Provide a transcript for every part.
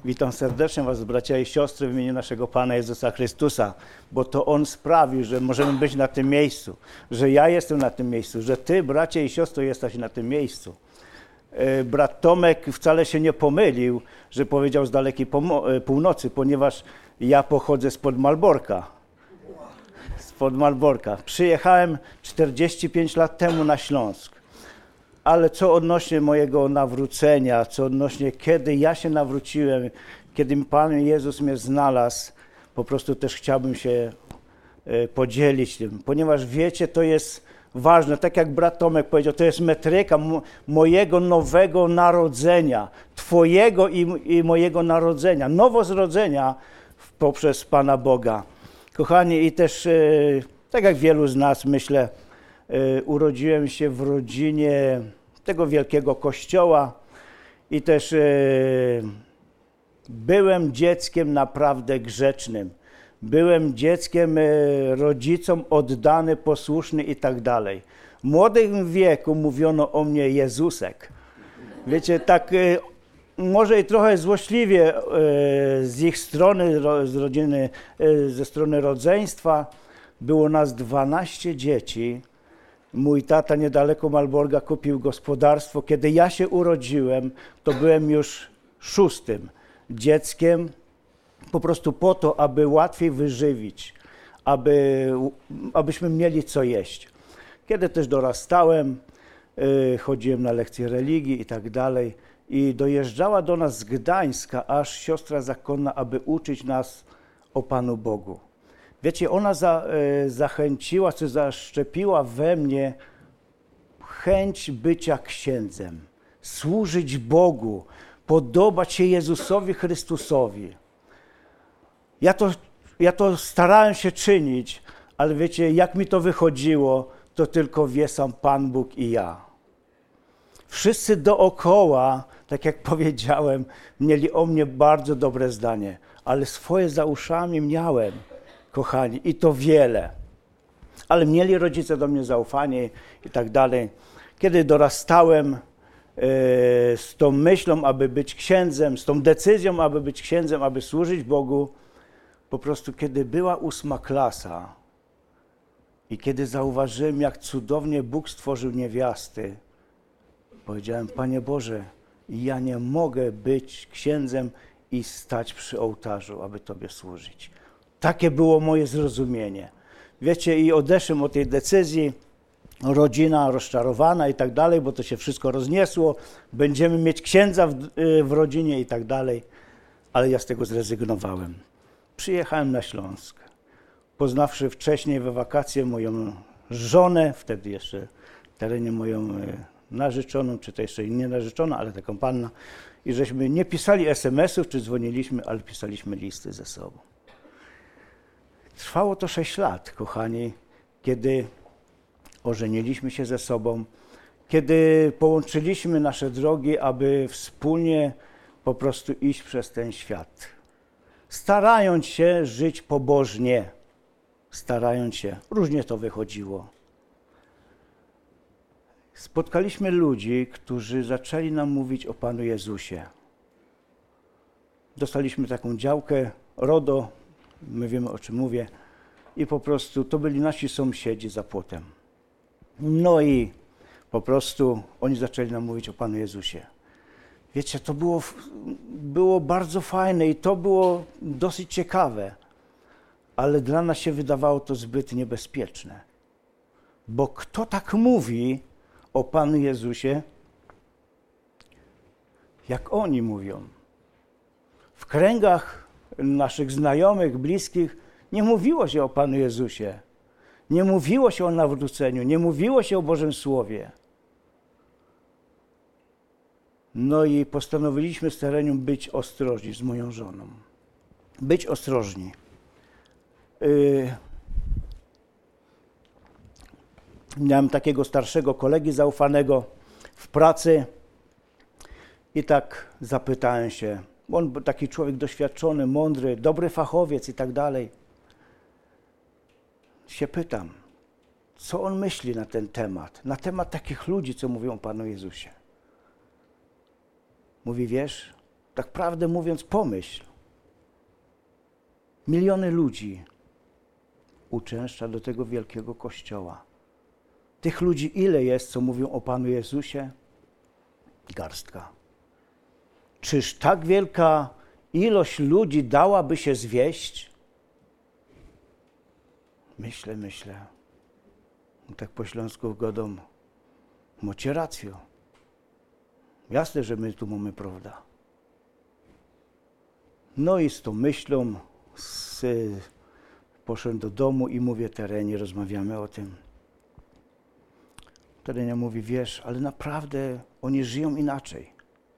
Witam serdecznie Was, bracia i siostry, w imieniu naszego Pana Jezusa Chrystusa, bo to On sprawił, że możemy być na tym miejscu, że ja jestem na tym miejscu, że Ty, bracia i siostry, jesteś na tym miejscu. Brat Tomek wcale się nie pomylił, że powiedział z dalekiej północy, ponieważ ja pochodzę spod Malborka. Spod Malborka. Przyjechałem 45 lat temu na Śląsk. Ale co odnośnie mojego nawrócenia, co odnośnie kiedy ja się nawróciłem, kiedy Pan Jezus mnie znalazł, po prostu też chciałbym się podzielić tym, ponieważ wiecie, to jest ważne, tak jak brat Tomek powiedział, to jest metryka mojego nowego narodzenia, Twojego i mojego narodzenia, nowozrodzenia poprzez Pana Boga. Kochani, i też tak jak wielu z nas, myślę, urodziłem się w rodzinie tego wielkiego kościoła i też byłem dzieckiem naprawdę grzecznym. Byłem dzieckiem rodzicom oddany, posłuszny i tak dalej. W młodym wieku mówiono o mnie Jezusek. Wiecie, tak może i trochę złośliwie z ich strony, z rodziny, ze strony rodzeństwa. Było nas 12 dzieci. Mój tata niedaleko Malborga kupił gospodarstwo. Kiedy ja się urodziłem, to byłem już 6. dzieckiem, po prostu po to, aby łatwiej wyżywić, abyśmy mieli co jeść. Kiedy też dorastałem, chodziłem na lekcje religii i tak dalej i dojeżdżała do nas z Gdańska aż siostra zakonna, aby uczyć nas o Panu Bogu. Wiecie, ona zachęciła, czy zaszczepiła we mnie chęć bycia księdzem, służyć Bogu, podobać się Jezusowi Chrystusowi. Ja to starałem się czynić, ale wiecie, jak mi to wychodziło, to tylko wie sam Pan Bóg i ja. Wszyscy dookoła, tak jak powiedziałem, mieli o mnie bardzo dobre zdanie, ale swoje za uszami miałem. Kochani, i to wiele. Ale mieli rodzice do mnie zaufanie i tak dalej. Kiedy dorastałem z tą myślą, aby być księdzem, z tą decyzją, aby być księdzem, aby służyć Bogu, po prostu kiedy była 8. klasa i kiedy zauważyłem, jak cudownie Bóg stworzył niewiasty, powiedziałem, Panie Boże, ja nie mogę być księdzem i stać przy ołtarzu, aby Tobie służyć. Takie było moje zrozumienie. Wiecie, i odeszłem od tej decyzji, rodzina rozczarowana i tak dalej, bo to się wszystko rozniesło, będziemy mieć księdza w rodzinie i tak dalej, ale ja z tego zrezygnowałem. Przyjechałem na Śląsk, poznawszy wcześniej we wakacje moją żonę, wtedy jeszcze w terenie moją narzeczoną, czy to jeszcze nie narzeczona, ale taką panna, i żeśmy nie pisali SMS-ów, czy dzwoniliśmy, ale pisaliśmy listy ze sobą. Trwało to 6 lat, kochani, kiedy ożeniliśmy się ze sobą, kiedy połączyliśmy nasze drogi, aby wspólnie po prostu iść przez ten świat. Starając się żyć pobożnie, starając się, różnie to wychodziło. Spotkaliśmy ludzi, którzy zaczęli nam mówić o Panu Jezusie. Dostaliśmy taką działkę, RODO, my wiemy, o czym mówię, i po prostu to byli nasi sąsiedzi za płotem. No i po prostu oni zaczęli nam mówić o Panu Jezusie. Wiecie, to było bardzo fajne i to było dosyć ciekawe, ale dla nas się wydawało to zbyt niebezpieczne. Bo kto tak mówi o Panu Jezusie, jak oni mówią? W kręgach naszych znajomych, bliskich nie mówiło się o Panu Jezusie. Nie mówiło się o nawróceniu, nie mówiło się o Bożym Słowie. No i postanowiliśmy z terenu być ostrożni z moją żoną. Być ostrożni. Miałem takiego starszego kolegi zaufanego w pracy i tak zapytałem się, bo on był taki człowiek doświadczony, mądry, dobry fachowiec i tak dalej. Się pytam, co on myśli na temat takich ludzi, co mówią o Panu Jezusie. Mówi, wiesz, Tak prawdę mówiąc, pomyśl. Miliony ludzi uczęszcza do tego wielkiego kościoła. Tych ludzi ile jest, co mówią o Panu Jezusie? Garstka. Czyż tak wielka ilość ludzi dałaby się zwieść? Myślę. Tak po śląsku godą. Macie rację. Jasne, że my tu mamy prawda. No i z tą myślą poszedłem do domu i mówię Terenie, rozmawiamy o tym. Terenia mówi, wiesz, ale naprawdę oni żyją inaczej.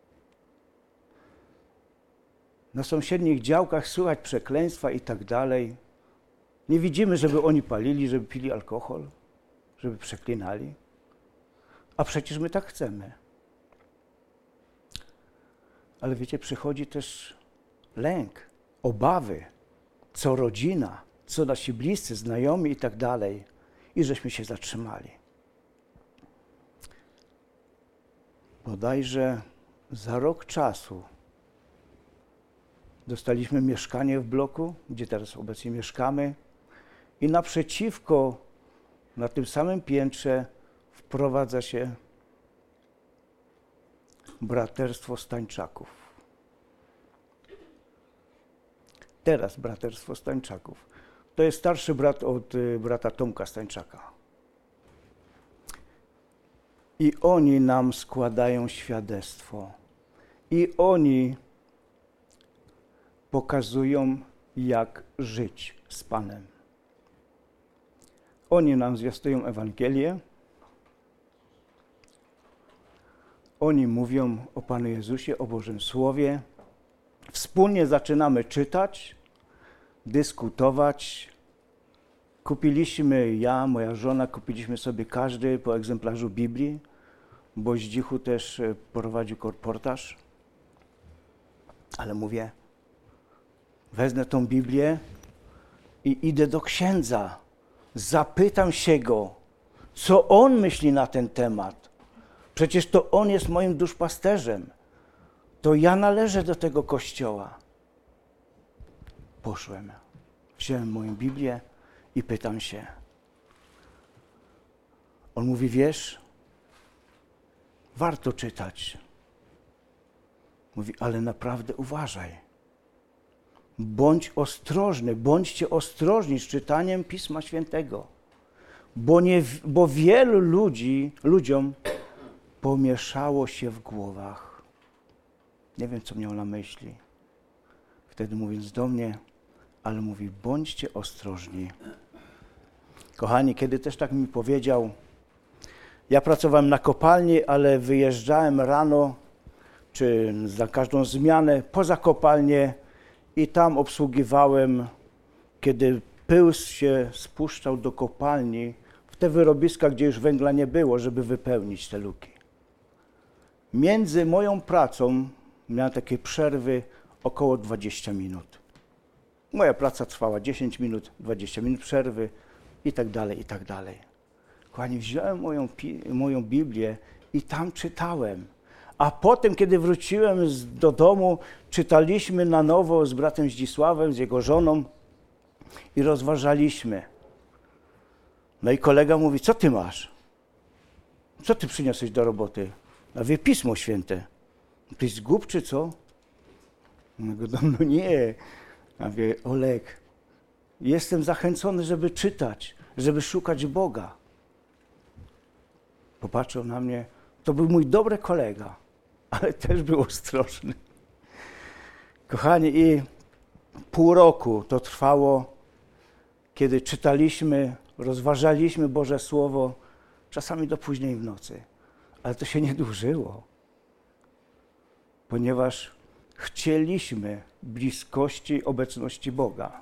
Na sąsiednich działkach słychać przekleństwa i tak dalej. Nie widzimy, żeby oni palili, żeby pili alkohol, żeby przeklinali. A przecież my tak chcemy. Ale wiecie, przychodzi też lęk, obawy, co rodzina, co nasi bliscy, znajomi i tak dalej. I żeśmy się zatrzymali. Bodajże za rok czasu dostaliśmy mieszkanie w bloku, gdzie teraz obecnie mieszkamy i naprzeciwko, na tym samym piętrze wprowadza się braterstwo Stańczaków. Teraz braterstwo Stańczaków. To jest starszy brat od brata Tomka Stańczaka. I oni nam składają świadectwo. I oni pokazują, jak żyć z Panem. Oni nam zwiastują Ewangelię. Oni mówią o Panu Jezusie, o Bożym Słowie. Wspólnie zaczynamy czytać, dyskutować. Kupiliśmy, ja, moja żona, kupiliśmy sobie każdy po egzemplarzu Biblii, bo Zdzichu też prowadził korportaż. Ale mówię, wezmę tą Biblię i idę do księdza. Zapytam się go, co on myśli na ten temat. Przecież to on jest moim duszpasterzem. To ja należę do tego kościoła. Poszłem, wziąłem moją Biblię i pytam się. On mówi, wiesz, warto czytać. Mówi, ale naprawdę uważaj. Bądźcie ostrożni z czytaniem Pisma Świętego. Bo wielu ludziom pomieszało się w głowach. Nie wiem, co miał na myśli. Wtedy mówiąc do mnie, ale mówi, bądźcie ostrożni. Kochani, kiedy też tak mi powiedział, ja pracowałem na kopalni, ale wyjeżdżałem rano, czy za każdą zmianę, poza kopalnię i tam obsługiwałem, kiedy pył się spuszczał do kopalni, w te wyrobiska, gdzie już węgla nie było, żeby wypełnić te luki. Między moją pracą miałem takie przerwy około 20 minut. Moja praca trwała 10 minut, 20 minut przerwy i tak dalej, i tak dalej. Kochani, wziąłem moją Biblię i tam czytałem. A potem, kiedy wróciłem do domu, czytaliśmy na nowo z bratem Zdzisławem, z jego żoną i rozważaliśmy. No i kolega mówi, co ty masz? Co ty przyniosłeś do roboty? A wie, Pismo Święte. Ty zgub czy co? No nie. A wie, Olek, jestem zachęcony, żeby czytać, żeby szukać Boga. Popatrzył na mnie, to był mój dobry kolega, ale też był ostrożny. Kochani, i pół roku to trwało, kiedy czytaliśmy, rozważaliśmy Boże Słowo, czasami do późnej w nocy. Ale to się nie dłużyło, ponieważ chcieliśmy bliskości, obecności Boga.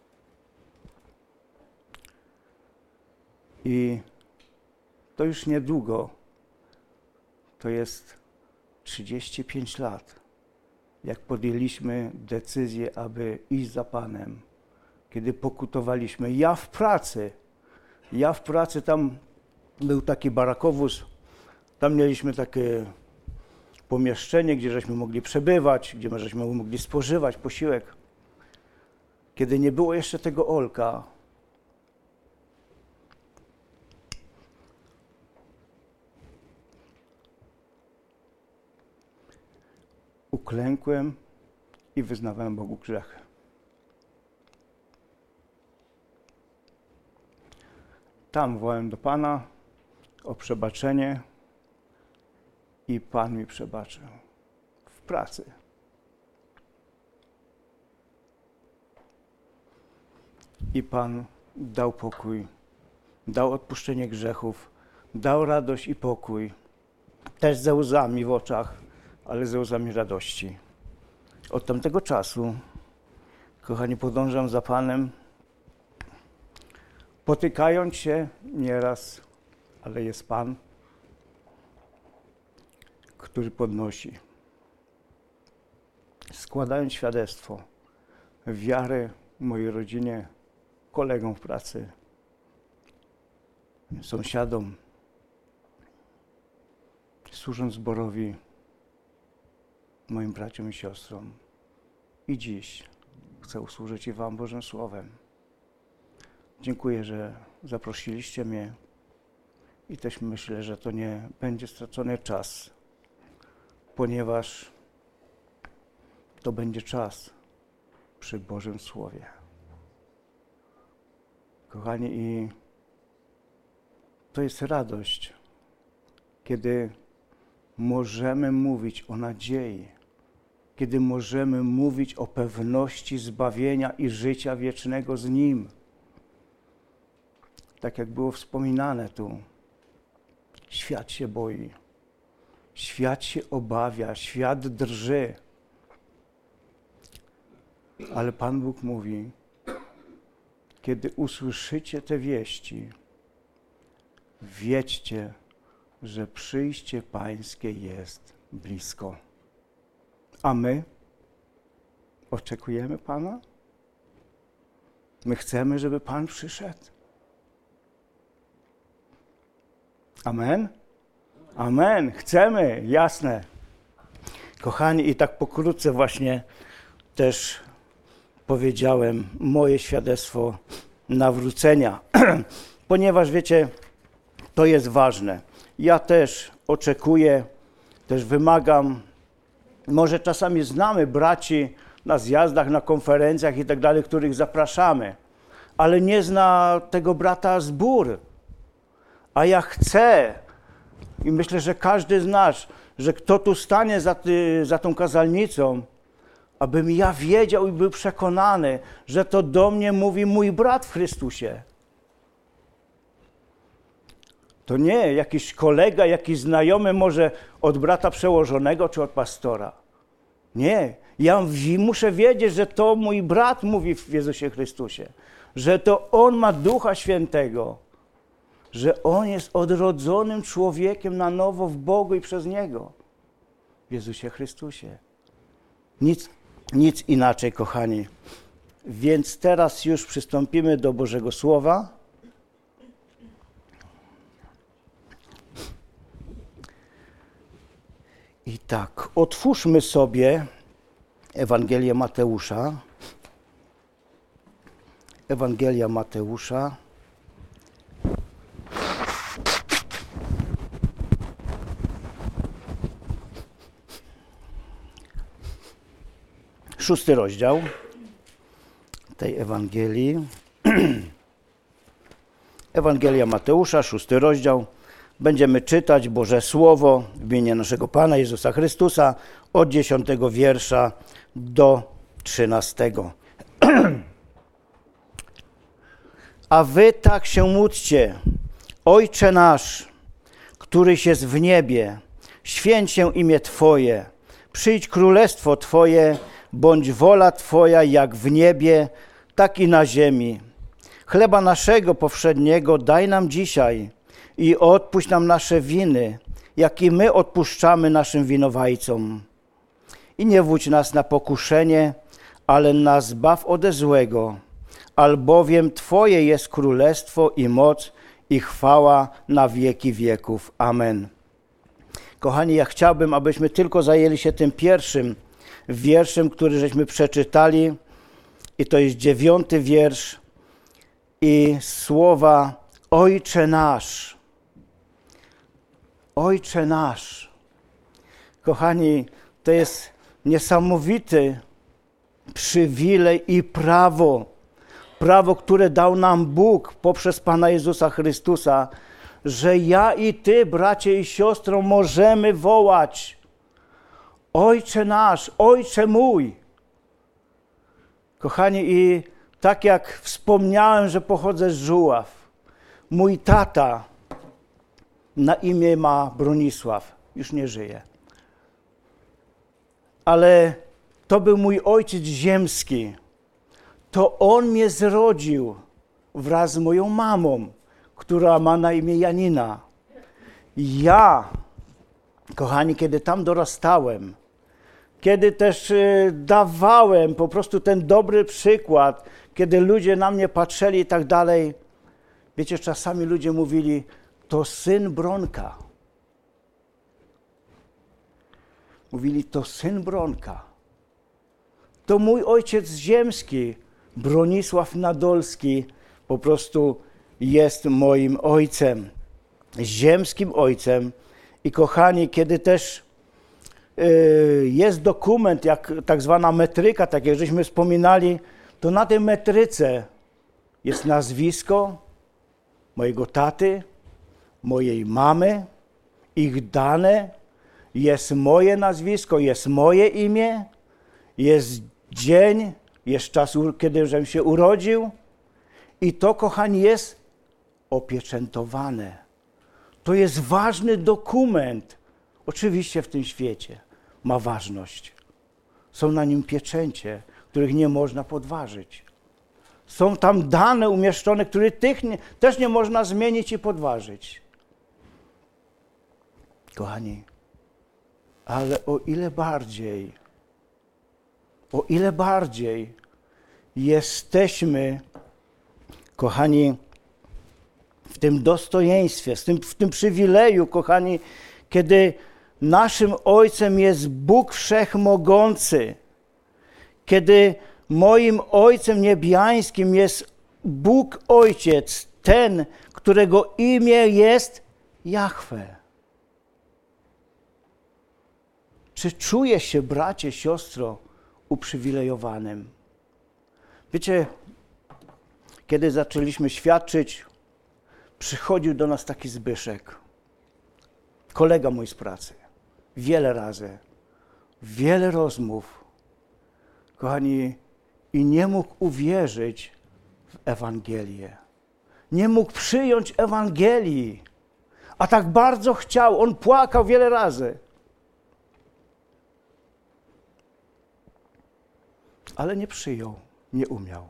I to już niedługo, to jest 35 lat, jak podjęliśmy decyzję, aby iść za Panem. Kiedy pokutowaliśmy, ja w pracy, tam był taki barakowóz, tam mieliśmy takie pomieszczenie, gdzie żeśmy mogli przebywać, gdzie żeśmy mogli spożywać posiłek. Kiedy nie było jeszcze tego Olka, uklękłem i wyznawałem Bogu grzech. Tam wołałem do Pana o przebaczenie i Pan mi przebaczył w pracy. I Pan dał pokój, dał odpuszczenie grzechów, dał radość i pokój, też ze łzami w oczach, ale ze łzami radości. Od tamtego czasu, kochani, podążam za Panem, potykając się nieraz, ale jest Pan, który podnosi. Składając świadectwo wiary mojej rodzinie, kolegom w pracy, sąsiadom, służąc zborowi, moim braciom i siostrom. I dziś chcę usłużyć i Wam Bożym Słowem. Dziękuję, że zaprosiliście mnie i też myślę, że to nie będzie stracony czas, ponieważ to będzie czas przy Bożym Słowie. Kochani, i to jest radość, kiedy możemy mówić o nadziei, kiedy możemy mówić o pewności zbawienia i życia wiecznego z Nim. Tak jak było wspominane tu, świat się boi, świat się obawia, świat drży. Ale Pan Bóg mówi, kiedy usłyszycie te wieści, wiedźcie, że przyjście Pańskie jest blisko. A my oczekujemy Pana? My chcemy, żeby Pan przyszedł. Amen? Amen. Chcemy, jasne. Kochani, i tak pokrótce właśnie też powiedziałem moje świadectwo nawrócenia, ponieważ wiecie, to jest ważne. Ja też oczekuję, też wymagam, może czasami znamy braci na zjazdach, na konferencjach i tak dalej, których zapraszamy, ale nie zna tego brata zbór. A ja chcę i myślę, że każdy z nas, że kto tu stanie za tą kazalnicą, abym ja wiedział i był przekonany, że to do mnie mówi mój brat w Chrystusie. To nie jakiś kolega, jakiś znajomy może od brata przełożonego czy od pastora. Nie, ja muszę wiedzieć, że to mój brat mówi w Jezusie Chrystusie, że to On ma Ducha Świętego, że On jest odrodzonym człowiekiem na nowo w Bogu i przez Niego, w Jezusie Chrystusie. Nic inaczej, kochani. Więc teraz już przystąpimy do Bożego Słowa. I tak, otwórzmy sobie Ewangelię Mateusza. Ewangelia Mateusza. Szósty rozdział tej Ewangelii. Ewangelia Mateusza, 6 rozdział. Będziemy czytać Boże Słowo w imieniu naszego Pana Jezusa Chrystusa od 10 wiersza do 13. A wy tak się módlcie: Ojcze nasz, któryś jest w niebie, święć się imię Twoje, przyjdź królestwo Twoje, bądź wola Twoja jak w niebie, tak i na ziemi. Chleba naszego powszedniego daj nam dzisiaj i odpuść nam nasze winy, jak i my odpuszczamy naszym winowajcom. I nie wódź nas na pokuszenie, ale nas zbaw ode złego, albowiem Twoje jest królestwo i moc i chwała na wieki wieków. Amen. Kochani, ja chciałbym, abyśmy tylko zajęli się tym pierwszym wierszem, który żeśmy przeczytali. I to jest 9 wiersz i słowa Ojcze nasz. Ojcze nasz. Kochani, to jest niesamowity przywilej i prawo, które dał nam Bóg poprzez Pana Jezusa Chrystusa, że ja i ty, bracie i siostro, możemy wołać Ojcze nasz, Ojcze mój. Kochani, i tak jak wspomniałem, że pochodzę z Żuław, mój tata na imię ma Bronisław, już nie żyje. Ale to był mój ojciec ziemski. To on mnie zrodził wraz z moją mamą, która ma na imię Janina. Ja, kochani, kiedy tam dorastałem, kiedy też dawałem po prostu ten dobry przykład, kiedy ludzie na mnie patrzyli i tak dalej, wiecie, czasami ludzie mówili, to syn Bronka. Mówili, to syn Bronka. To mój ojciec ziemski, Bronisław Nadolski, po prostu jest moim ojcem, ziemskim ojcem. I kochani, kiedy też jest dokument, jak tak zwana metryka, tak jak żeśmy wspominali, to na tej metryce jest nazwisko mojego taty, mojej mamy, ich dane, jest moje nazwisko, jest moje imię, jest dzień, jest czas, kiedy żem się urodził i to, kochani, jest opieczętowane. To jest ważny dokument. Oczywiście w tym świecie ma ważność. Są na nim pieczęcie, których nie można podważyć. Są tam dane umieszczone, których też nie można zmienić i podważyć. Kochani, ale o ile bardziej jesteśmy, kochani, w tym dostojeństwie, w tym przywileju, kochani, kiedy naszym Ojcem jest Bóg Wszechmogący, kiedy moim Ojcem niebiańskim jest Bóg Ojciec, ten, którego imię jest Jahwe. Czy czujesz się, bracie, siostro, uprzywilejowanym? Wiecie, kiedy zaczęliśmy świadczyć, przychodził do nas taki Zbyszek, kolega mój z pracy. Wiele razy, wiele rozmów, kochani, i nie mógł uwierzyć w Ewangelię. Nie mógł przyjąć Ewangelii, a tak bardzo chciał. On płakał wiele razy. Ale nie przyjął, nie umiał.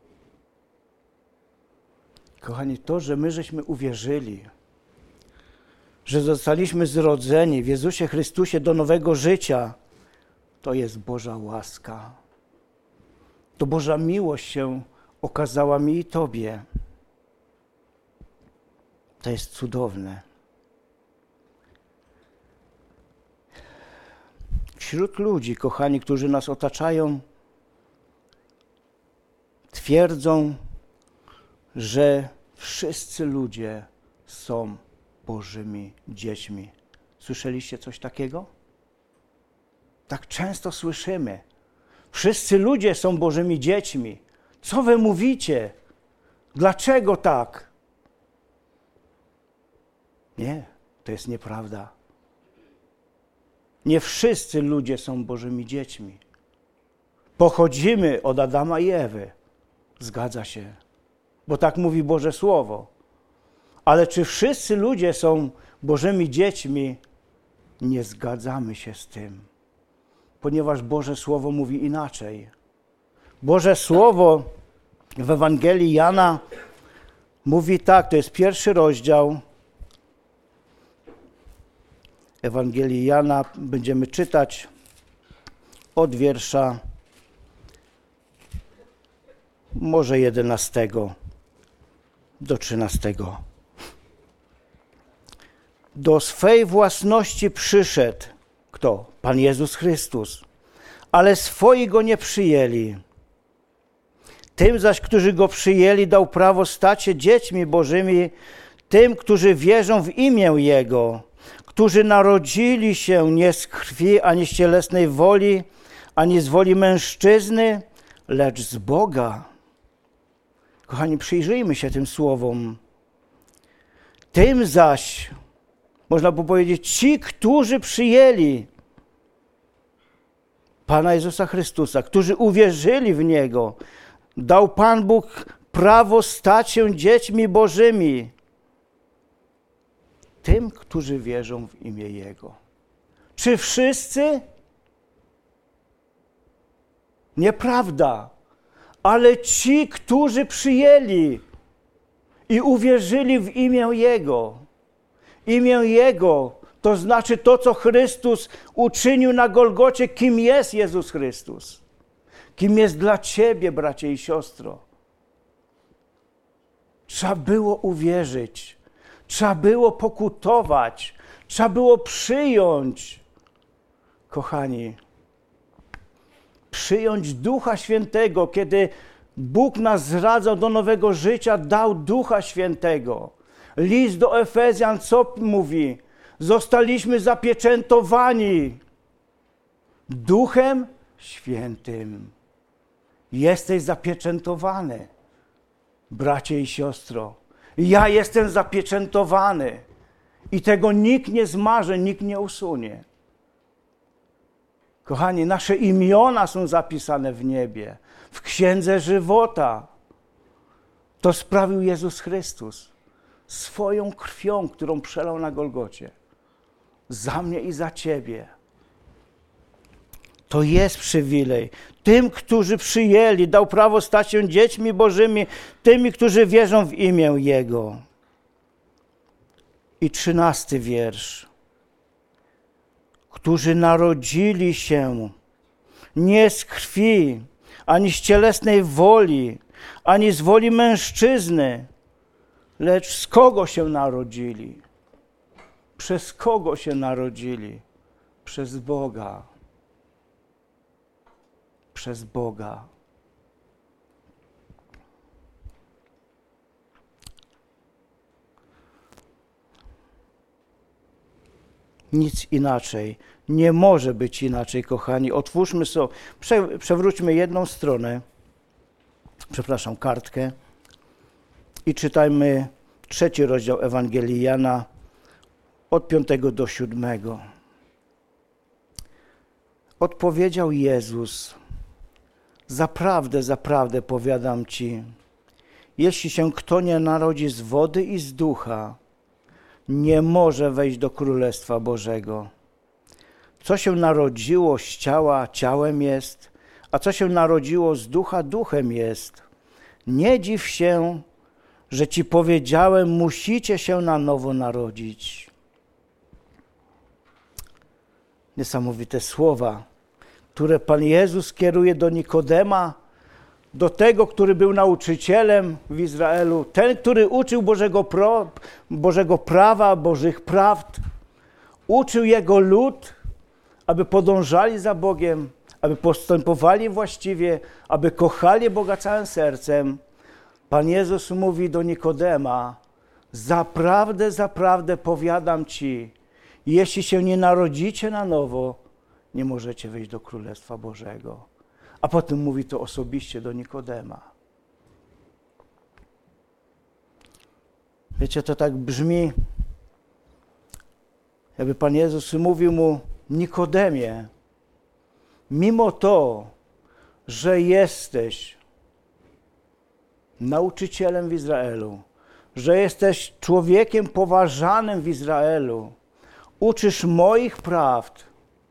Kochani, to, że my żeśmy uwierzyli, że zostaliśmy zrodzeni w Jezusie Chrystusie do nowego życia, to jest Boża łaska. To Boża miłość się okazała mi i Tobie. To jest cudowne. Wśród ludzi, kochani, którzy nas otaczają, twierdzą, że wszyscy ludzie są Bożymi dziećmi. Słyszeliście coś takiego? Tak często słyszymy. Wszyscy ludzie są Bożymi dziećmi. Co wy mówicie? Dlaczego tak? Nie, to jest nieprawda. Nie wszyscy ludzie są Bożymi dziećmi. Pochodzimy od Adama i Ewy. Zgadza się, bo tak mówi Boże Słowo. Ale czy wszyscy ludzie są Bożymi dziećmi? Nie zgadzamy się z tym, ponieważ Boże Słowo mówi inaczej. Boże Słowo w Ewangelii Jana mówi tak, to jest 1 rozdział Ewangelii Jana, będziemy czytać od wiersza może 11 do 13. do swej własności przyszedł. Kto? Pan Jezus Chrystus. Ale swoi go nie przyjęli. Tym zaś, którzy go przyjęli, dał prawo stać się dziećmi Bożymi, tym, którzy wierzą w imię Jego, którzy narodzili się nie z krwi, ani z cielesnej woli, ani z woli mężczyzny, lecz z Boga. Kochani, przyjrzyjmy się tym słowom. Tym zaś, można by powiedzieć, ci, którzy przyjęli Pana Jezusa Chrystusa, którzy uwierzyli w Niego, dał Pan Bóg prawo stać się dziećmi Bożymi. Tym, którzy wierzą w imię Jego. Czy wszyscy? Nieprawda. Ale ci, którzy przyjęli i uwierzyli w imię Jego. Imię Jego to znaczy to, co Chrystus uczynił na Golgocie, kim jest Jezus Chrystus. Kim jest dla ciebie, bracie i siostro. Trzeba było uwierzyć. Trzeba było pokutować. Trzeba było przyjąć. Kochani, przyjąć Ducha Świętego, kiedy Bóg nas zradzał do nowego życia, dał Ducha Świętego. List do Efezjan co mówi? Zostaliśmy zapieczętowani Duchem Świętym. Jesteś zapieczętowany, bracie i siostro. Ja jestem zapieczętowany i tego nikt nie zmaże, nikt nie usunie. Kochani, nasze imiona są zapisane w niebie, w Księdze Żywota. To sprawił Jezus Chrystus swoją krwią, którą przelał na Golgocie. Za mnie i za ciebie. To jest przywilej. Tym, którzy przyjęli, dał prawo stać się dziećmi Bożymi, tymi, którzy wierzą w imię Jego. I 13 wiersz. Którzy narodzili się nie z krwi, ani z cielesnej woli, ani z woli mężczyzny, lecz z kogo się narodzili? Przez kogo się narodzili? Przez Boga. Przez Boga. Nic inaczej. Nie może być inaczej, kochani. Otwórzmy sobie, przewróćmy jedną stronę, kartkę i czytajmy 3 rozdział Ewangelii Jana od 5 do 7. Odpowiedział Jezus: zaprawdę, zaprawdę powiadam ci, jeśli się kto nie narodzi z wody i z ducha, nie może wejść do Królestwa Bożego. Co się narodziło z ciała, ciałem jest, a co się narodziło z ducha, duchem jest. Nie dziw się, że ci powiedziałem, musicie się na nowo narodzić. Niesamowite słowa, które Pan Jezus kieruje do Nikodema, do tego, który był nauczycielem w Izraelu, ten, który uczył Bożego prawa, Bożych prawd, uczył jego lud, aby podążali za Bogiem, aby postępowali właściwie, aby kochali Boga całym sercem. Pan Jezus mówi do Nikodema: zaprawdę, zaprawdę powiadam ci, jeśli się nie narodzicie na nowo, nie możecie wejść do Królestwa Bożego. A potem mówi to osobiście do Nikodema. Wiecie, to tak brzmi, jakby Pan Jezus mówił mu: Nikodemie, mimo to, że jesteś nauczycielem w Izraelu, że jesteś człowiekiem poważanym w Izraelu, uczysz moich prawd,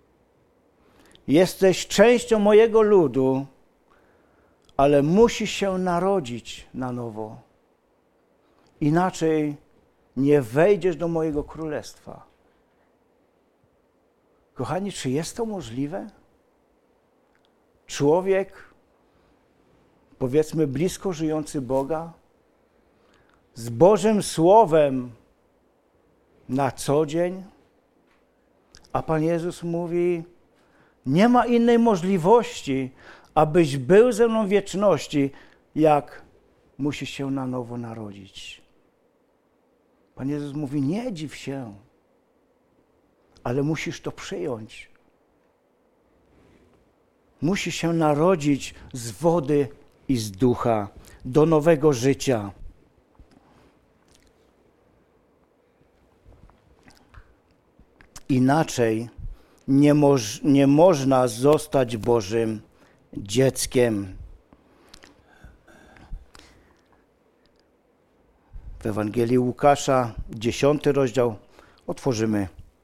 jesteś częścią mojego ludu, ale musisz się narodzić na nowo. Inaczej nie wejdziesz do mojego królestwa. Kochani, czy jest to możliwe? Człowiek, powiedzmy, blisko żyjący Boga, z Bożym Słowem na co dzień. A Pan Jezus mówi, nie ma innej możliwości, abyś był ze mną w wieczności, jak musisz się na nowo narodzić. Pan Jezus mówi, nie dziw się, ale musisz to przyjąć. Musisz się narodzić z wody i z ducha do nowego życia. Inaczej nie można zostać Bożym dzieckiem. W Ewangelii Łukasza, 10 rozdział, otworzymy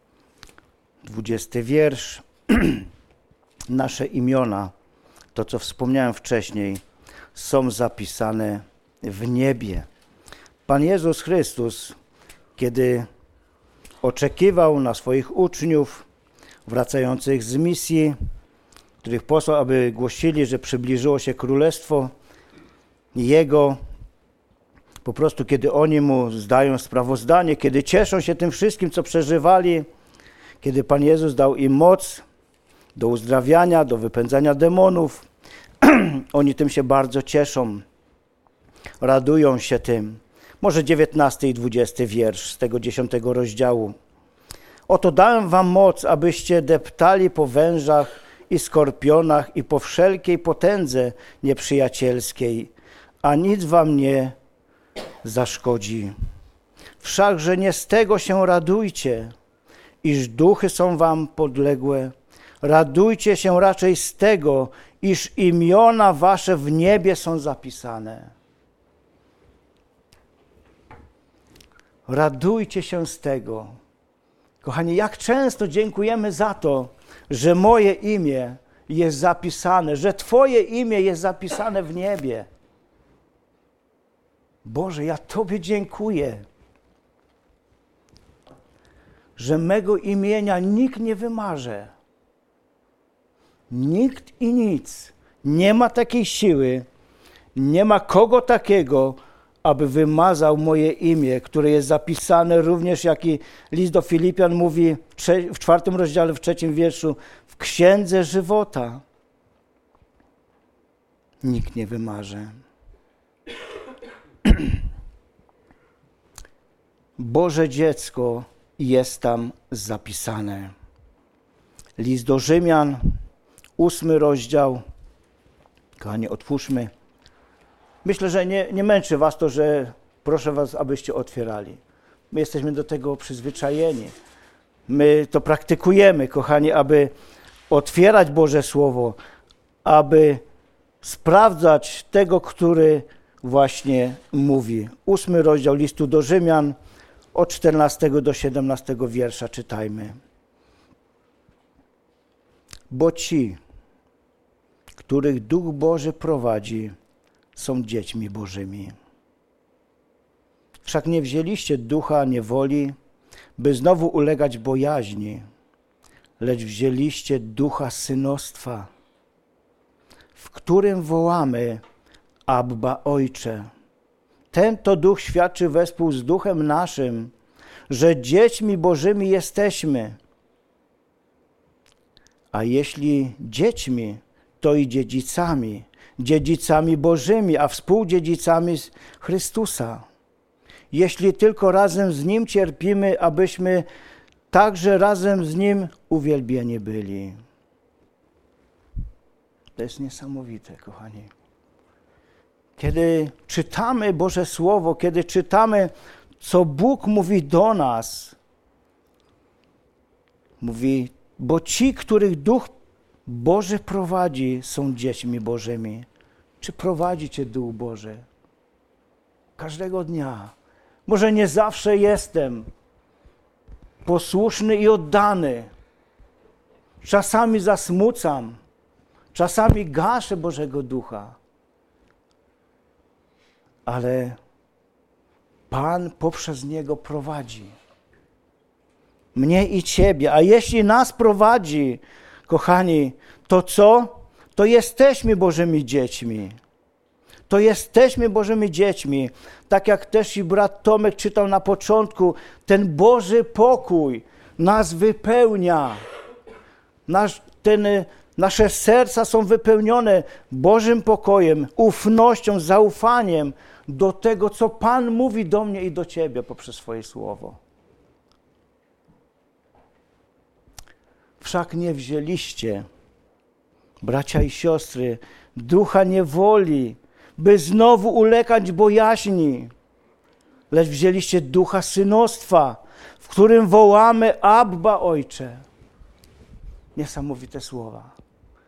20 wiersz. Nasze imiona, to co wspomniałem wcześniej, są zapisane w niebie. Pan Jezus Chrystus, kiedy oczekiwał na swoich uczniów wracających z misji, których posłał, aby głosili, że przybliżyło się królestwo Jego, po prostu kiedy oni Mu zdają sprawozdanie, kiedy cieszą się tym wszystkim, co przeżywali, kiedy Pan Jezus dał im moc do uzdrawiania, do wypędzania demonów, oni tym się bardzo cieszą, radują się tym. Może 19 i 20 wiersz z tego 10 rozdziału. Oto dałem wam moc, abyście deptali po wężach i skorpionach i po wszelkiej potędze nieprzyjacielskiej, a nic wam nie zaszkodzi. Wszakże nie z tego się radujcie, iż duchy są wam podległe. Radujcie się raczej z tego, iż imiona wasze w niebie są zapisane. Radujcie się z tego. Kochani, jak często dziękujemy za to, że moje imię jest zapisane, że Twoje imię jest zapisane w niebie. Boże, ja Tobie dziękuję, że mego imienia nikt nie wymarze. Nikt i nic. Nie ma takiej siły, nie ma kogo takiego, aby wymazał moje imię, które jest zapisane również, jak i list do Filipian mówi w 4 rozdziale, w 3 wierszu, w Księdze Żywota. Nikt nie wymarze. Boże dziecko jest tam zapisane. List do Rzymian, 8 rozdział. Kochani, otwórzmy. Myślę, że nie męczy was to, że proszę was, abyście otwierali. My jesteśmy do tego przyzwyczajeni. My to praktykujemy, kochani, aby otwierać Boże Słowo, aby sprawdzać tego, który właśnie mówi. 8 rozdział listu do Rzymian, od 14 do 17 wiersza czytajmy. Bo ci, których Duch Boży prowadzi, są dziećmi Bożymi. Wszak nie wzięliście ducha niewoli, by znowu ulegać bojaźni, lecz wzięliście ducha synostwa, w którym wołamy Abba, Ojcze. Ten to duch świadczy wespół z duchem naszym, że dziećmi Bożymi jesteśmy. A jeśli dziećmi, to i dziedzicami, dziedzicami Bożymi, a współdziedzicami Chrystusa. Jeśli tylko razem z Nim cierpimy, abyśmy także razem z Nim uwielbieni byli. To jest niesamowite, kochani. Kiedy czytamy Boże Słowo, kiedy czytamy, co Bóg mówi do nas, mówi, bo ci, których Duch Boży prowadzi, są dziećmi Bożymi. Czy prowadzi Cię Duch Boży? Każdego dnia. Może nie zawsze jestem posłuszny i oddany. Czasami zasmucam, czasami gaszę Bożego Ducha. Ale Pan poprzez Niego prowadzi mnie i Ciebie. A jeśli nas prowadzi, kochani, to co? To jesteśmy Bożymi dziećmi. to jesteśmy Bożymi dziećmi. Tak jak też i brat Tomek czytał na początku, ten Boży pokój nas wypełnia. Nasze serca są wypełnione Bożym pokojem, ufnością, zaufaniem do tego, co Pan mówi do mnie i do ciebie poprzez swoje słowo. Wszak nie wzięliście, bracia i siostry, ducha niewoli, by znowu ulegać bojaźni, lecz wzięliście ducha synostwa, w którym wołamy Abba, Ojcze. Niesamowite słowa.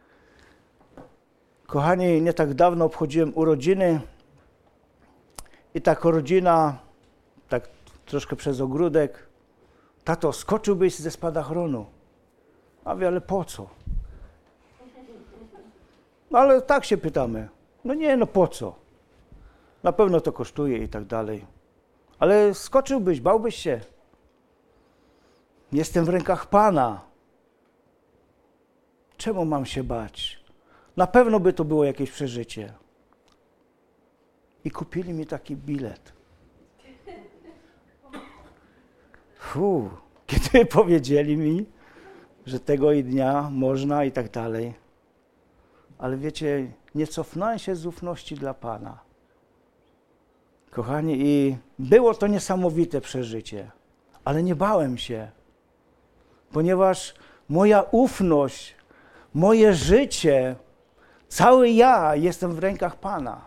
Kochani, nie tak dawno obchodziłem urodziny i taka rodzina, tak troszkę przez ogródek, tato, skoczyłbyś ze spadochronu. A wie, ale po co? No ale tak się pytamy. No nie, no po co? Na pewno to kosztuje i tak dalej. Ale skoczyłbyś, bałbyś się. Jestem w rękach Pana. Czemu mam się bać? Na pewno by to było jakieś przeżycie. I kupili mi taki bilet. Kiedy powiedzieli mi, że tego i dnia można i tak dalej. Ale wiecie, nie cofnąłem się z ufności dla Pana. Kochani, i było to niesamowite przeżycie, ale nie bałem się, ponieważ moja ufność, moje życie, cały ja jestem w rękach Pana.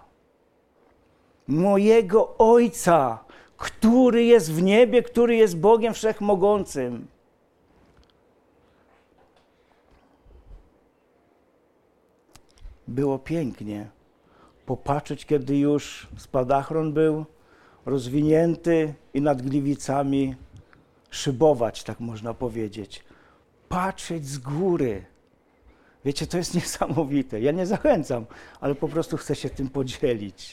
Mojego Ojca, który jest w niebie, który jest Bogiem Wszechmogącym. Było pięknie popatrzeć, kiedy już spadachron był rozwinięty i nad Gliwicami szybować, tak można powiedzieć. Patrzeć z góry. Wiecie, to jest niesamowite. Ja nie zachęcam, ale po prostu chcę się tym podzielić.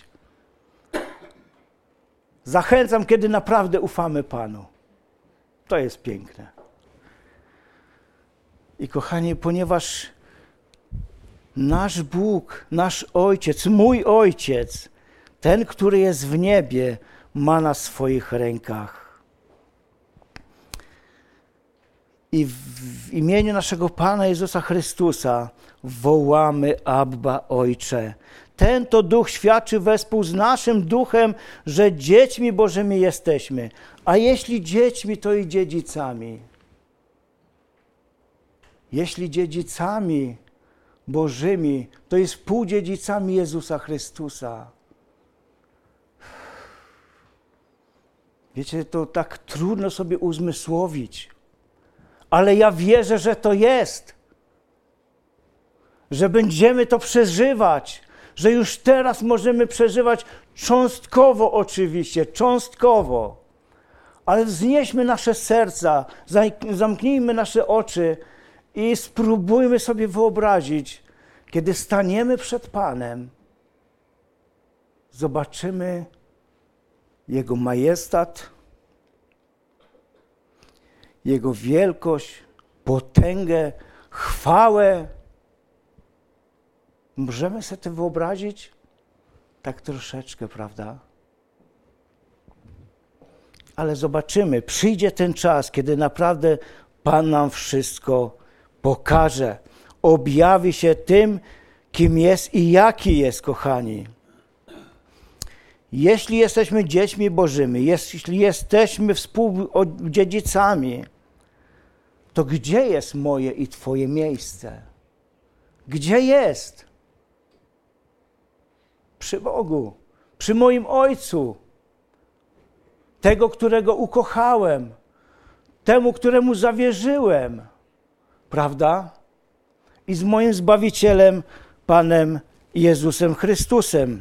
Zachęcam, kiedy naprawdę ufamy Panu. To jest piękne. I kochani, ponieważ nasz Bóg, nasz Ojciec, mój Ojciec, ten, który jest w niebie, ma nas w swoich rękach. I w imieniu naszego Pana Jezusa Chrystusa wołamy Abba, Ojcze. Ten to Duch świadczy wespół z naszym duchem, że dziećmi Bożymi jesteśmy. A jeśli dziećmi, to i dziedzicami. Jeśli dziedzicami Bożymi, to jest współdziedzicami Jezusa Chrystusa. Wiecie, to tak trudno sobie uzmysłowić, ale ja wierzę, że to jest, że będziemy to przeżywać, że już teraz możemy przeżywać cząstkowo oczywiście, cząstkowo, ale wznieśmy nasze serca, zamknijmy nasze oczy i spróbujmy sobie wyobrazić, kiedy staniemy przed Panem, zobaczymy Jego majestat, Jego wielkość, potęgę, chwałę. Możemy sobie to wyobrazić? Tak troszeczkę, prawda? Ale zobaczymy, przyjdzie ten czas, kiedy naprawdę Pan nam wszystko pokaże, objawi się tym, kim jest i jaki jest, kochani. Jeśli jesteśmy dziećmi Bożymi, jeśli jesteśmy współdziedzicami, to gdzie jest moje i Twoje miejsce? Gdzie jest? Przy Bogu, przy moim Ojcu, tego, którego ukochałem, temu, któremu zawierzyłem, prawda? I z moim Zbawicielem, Panem Jezusem Chrystusem.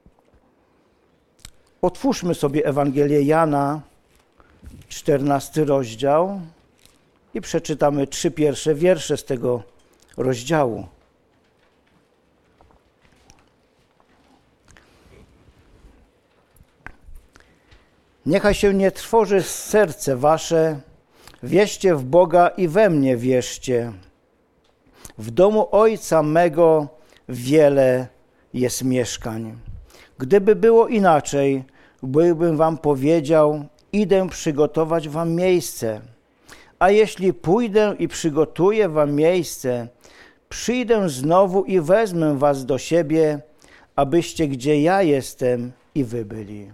Otwórzmy sobie Ewangelię Jana, 14 rozdział i przeczytamy 3 pierwsze wiersze z tego rozdziału. Niechaj się nie trwoży serce wasze, wierzcie w Boga i we mnie wierzcie. W domu Ojca mego wiele jest mieszkań. Gdyby było inaczej, byłbym wam powiedział, idę przygotować wam miejsce. A jeśli pójdę i przygotuję wam miejsce, przyjdę znowu i wezmę was do siebie, abyście gdzie ja jestem i wy byli.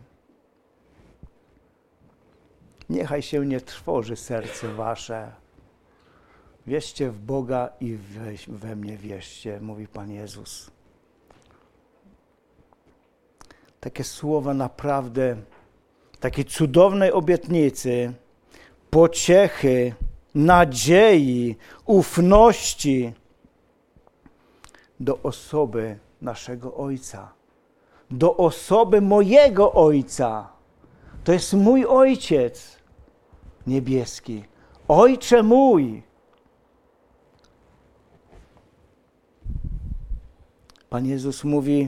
Niechaj się nie trwoży serce wasze. Wierzcie w Boga i we mnie wierzcie, mówi Pan Jezus. Takie słowa naprawdę, takiej cudownej obietnicy, pociechy, nadziei, ufności do osoby naszego Ojca, do osoby mojego Ojca. To jest mój Ojciec niebieski. Ojcze mój. Pan Jezus mówi,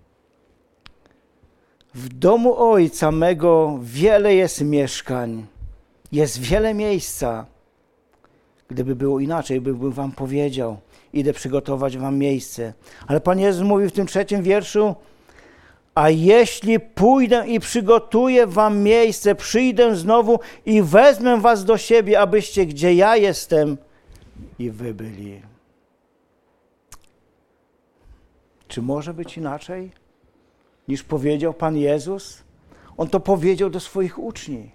w domu Ojca mego wiele jest mieszkań, jest wiele miejsca. Gdyby było inaczej, bym wam powiedział, idę przygotować wam miejsce. Ale Pan Jezus mówi w tym 3 wierszu, a jeśli pójdę i przygotuję wam miejsce, przyjdę znowu i wezmę was do siebie, abyście gdzie ja jestem i wy byli. Czy może być inaczej, niż powiedział Pan Jezus? On to powiedział do swoich uczniów.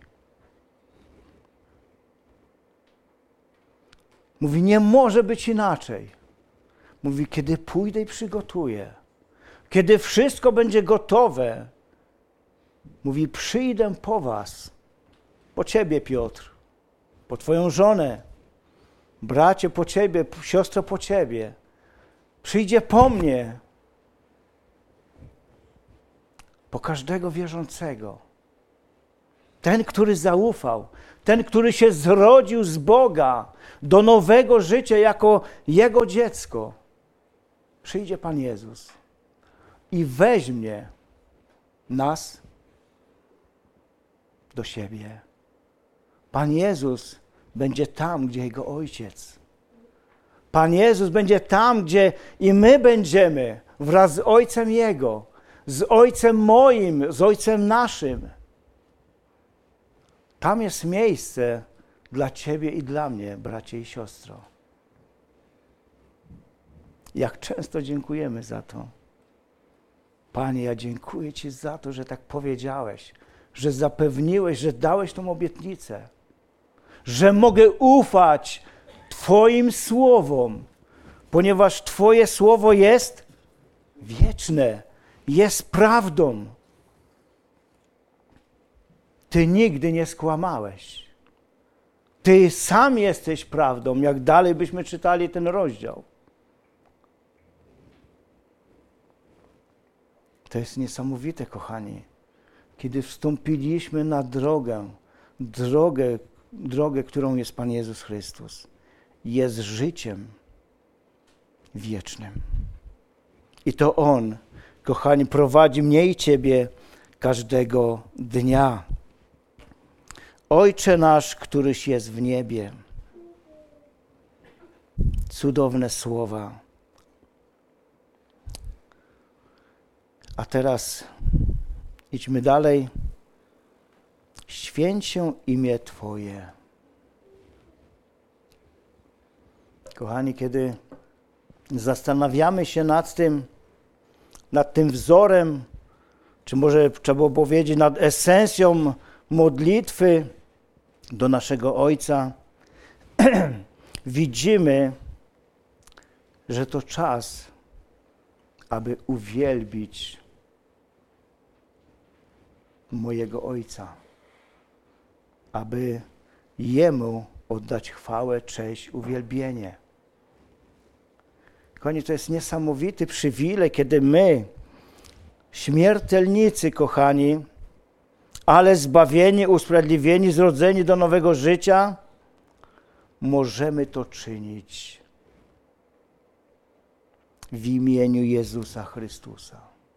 Mówi, nie może być inaczej. Mówi, kiedy pójdę i przygotuję, kiedy wszystko będzie gotowe, mówi, przyjdę po was, po ciebie, Piotr, po twoją żonę, bracie po ciebie, siostro po ciebie. Przyjdzie po mnie, po każdego wierzącego. Ten, który zaufał, ten, który się zrodził z Boga do nowego życia jako Jego dziecko. Przyjdzie Pan Jezus i weźmie nas do siebie. Pan Jezus będzie tam, gdzie Jego Ojciec. Pan Jezus będzie tam, gdzie i my będziemy wraz z Ojcem Jego, z Ojcem moim, z Ojcem naszym. Tam jest miejsce dla Ciebie i dla mnie, bracie i siostro. Jak często dziękujemy za to. Panie, ja dziękuję Ci za to, że tak powiedziałeś, że zapewniłeś, że dałeś tą obietnicę, że mogę ufać Twoim słowom, ponieważ Twoje słowo jest wieczne, jest prawdą. Ty nigdy nie skłamałeś. Ty sam jesteś prawdą, jak dalej byśmy czytali ten rozdział. To jest niesamowite, kochani, kiedy wstąpiliśmy na drogę, którą jest Pan Jezus Chrystus. Jest życiem wiecznym. I to On, kochani, prowadzi mnie i Ciebie każdego dnia. Ojcze nasz, któryś jest w niebie. Cudowne słowa. A teraz idźmy dalej. Święć się imię Twoje. Kochani, kiedy zastanawiamy się nad tym wzorem, czy może trzeba było powiedzieć nad esencją modlitwy do naszego Ojca, widzimy, że to czas, aby uwielbić mojego Ojca, aby Jemu oddać chwałę, cześć, uwielbienie. Kochani, to jest niesamowity przywilej, kiedy my, śmiertelnicy, kochani, ale zbawieni, usprawiedliwieni, zrodzeni do nowego życia, możemy to czynić w imieniu Jezusa Chrystusa.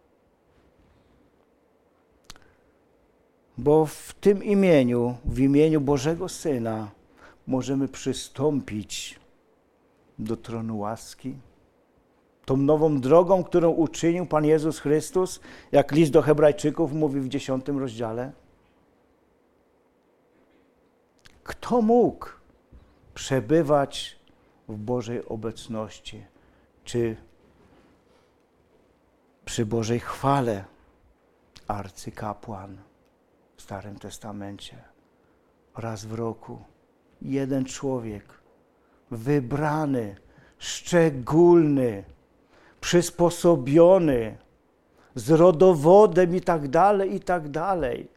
Bo w tym imieniu, w imieniu Bożego Syna, możemy przystąpić do tronu łaski, tą nową drogą, którą uczynił Pan Jezus Chrystus, jak list do Hebrajczyków mówi w 10 rozdziale? Kto mógł przebywać w Bożej obecności, czy przy Bożej chwale? Arcykapłan w Starym Testamencie. Raz w roku jeden człowiek, wybrany, szczególny, przysposobiony, z rodowodem i tak dalej, i tak dalej.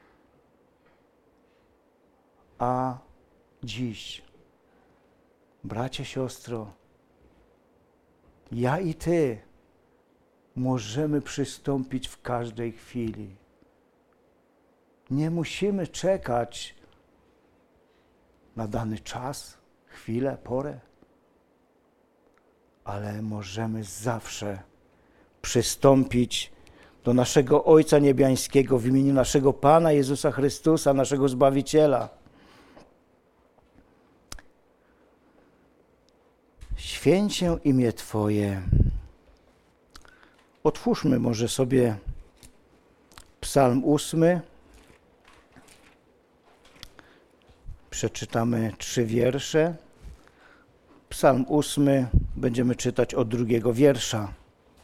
A dziś, bracie, siostro, ja i ty możemy przystąpić w każdej chwili. Nie musimy czekać na dany czas, chwilę, porę, ale możemy zawsze przystąpić do naszego Ojca Niebiańskiego w imieniu naszego Pana Jezusa Chrystusa, naszego Zbawiciela. Święć się imię Twoje. Otwórzmy może sobie Psalm 8. Przeczytamy 3 wiersze. Psalm 8 będziemy czytać od 2 wiersza.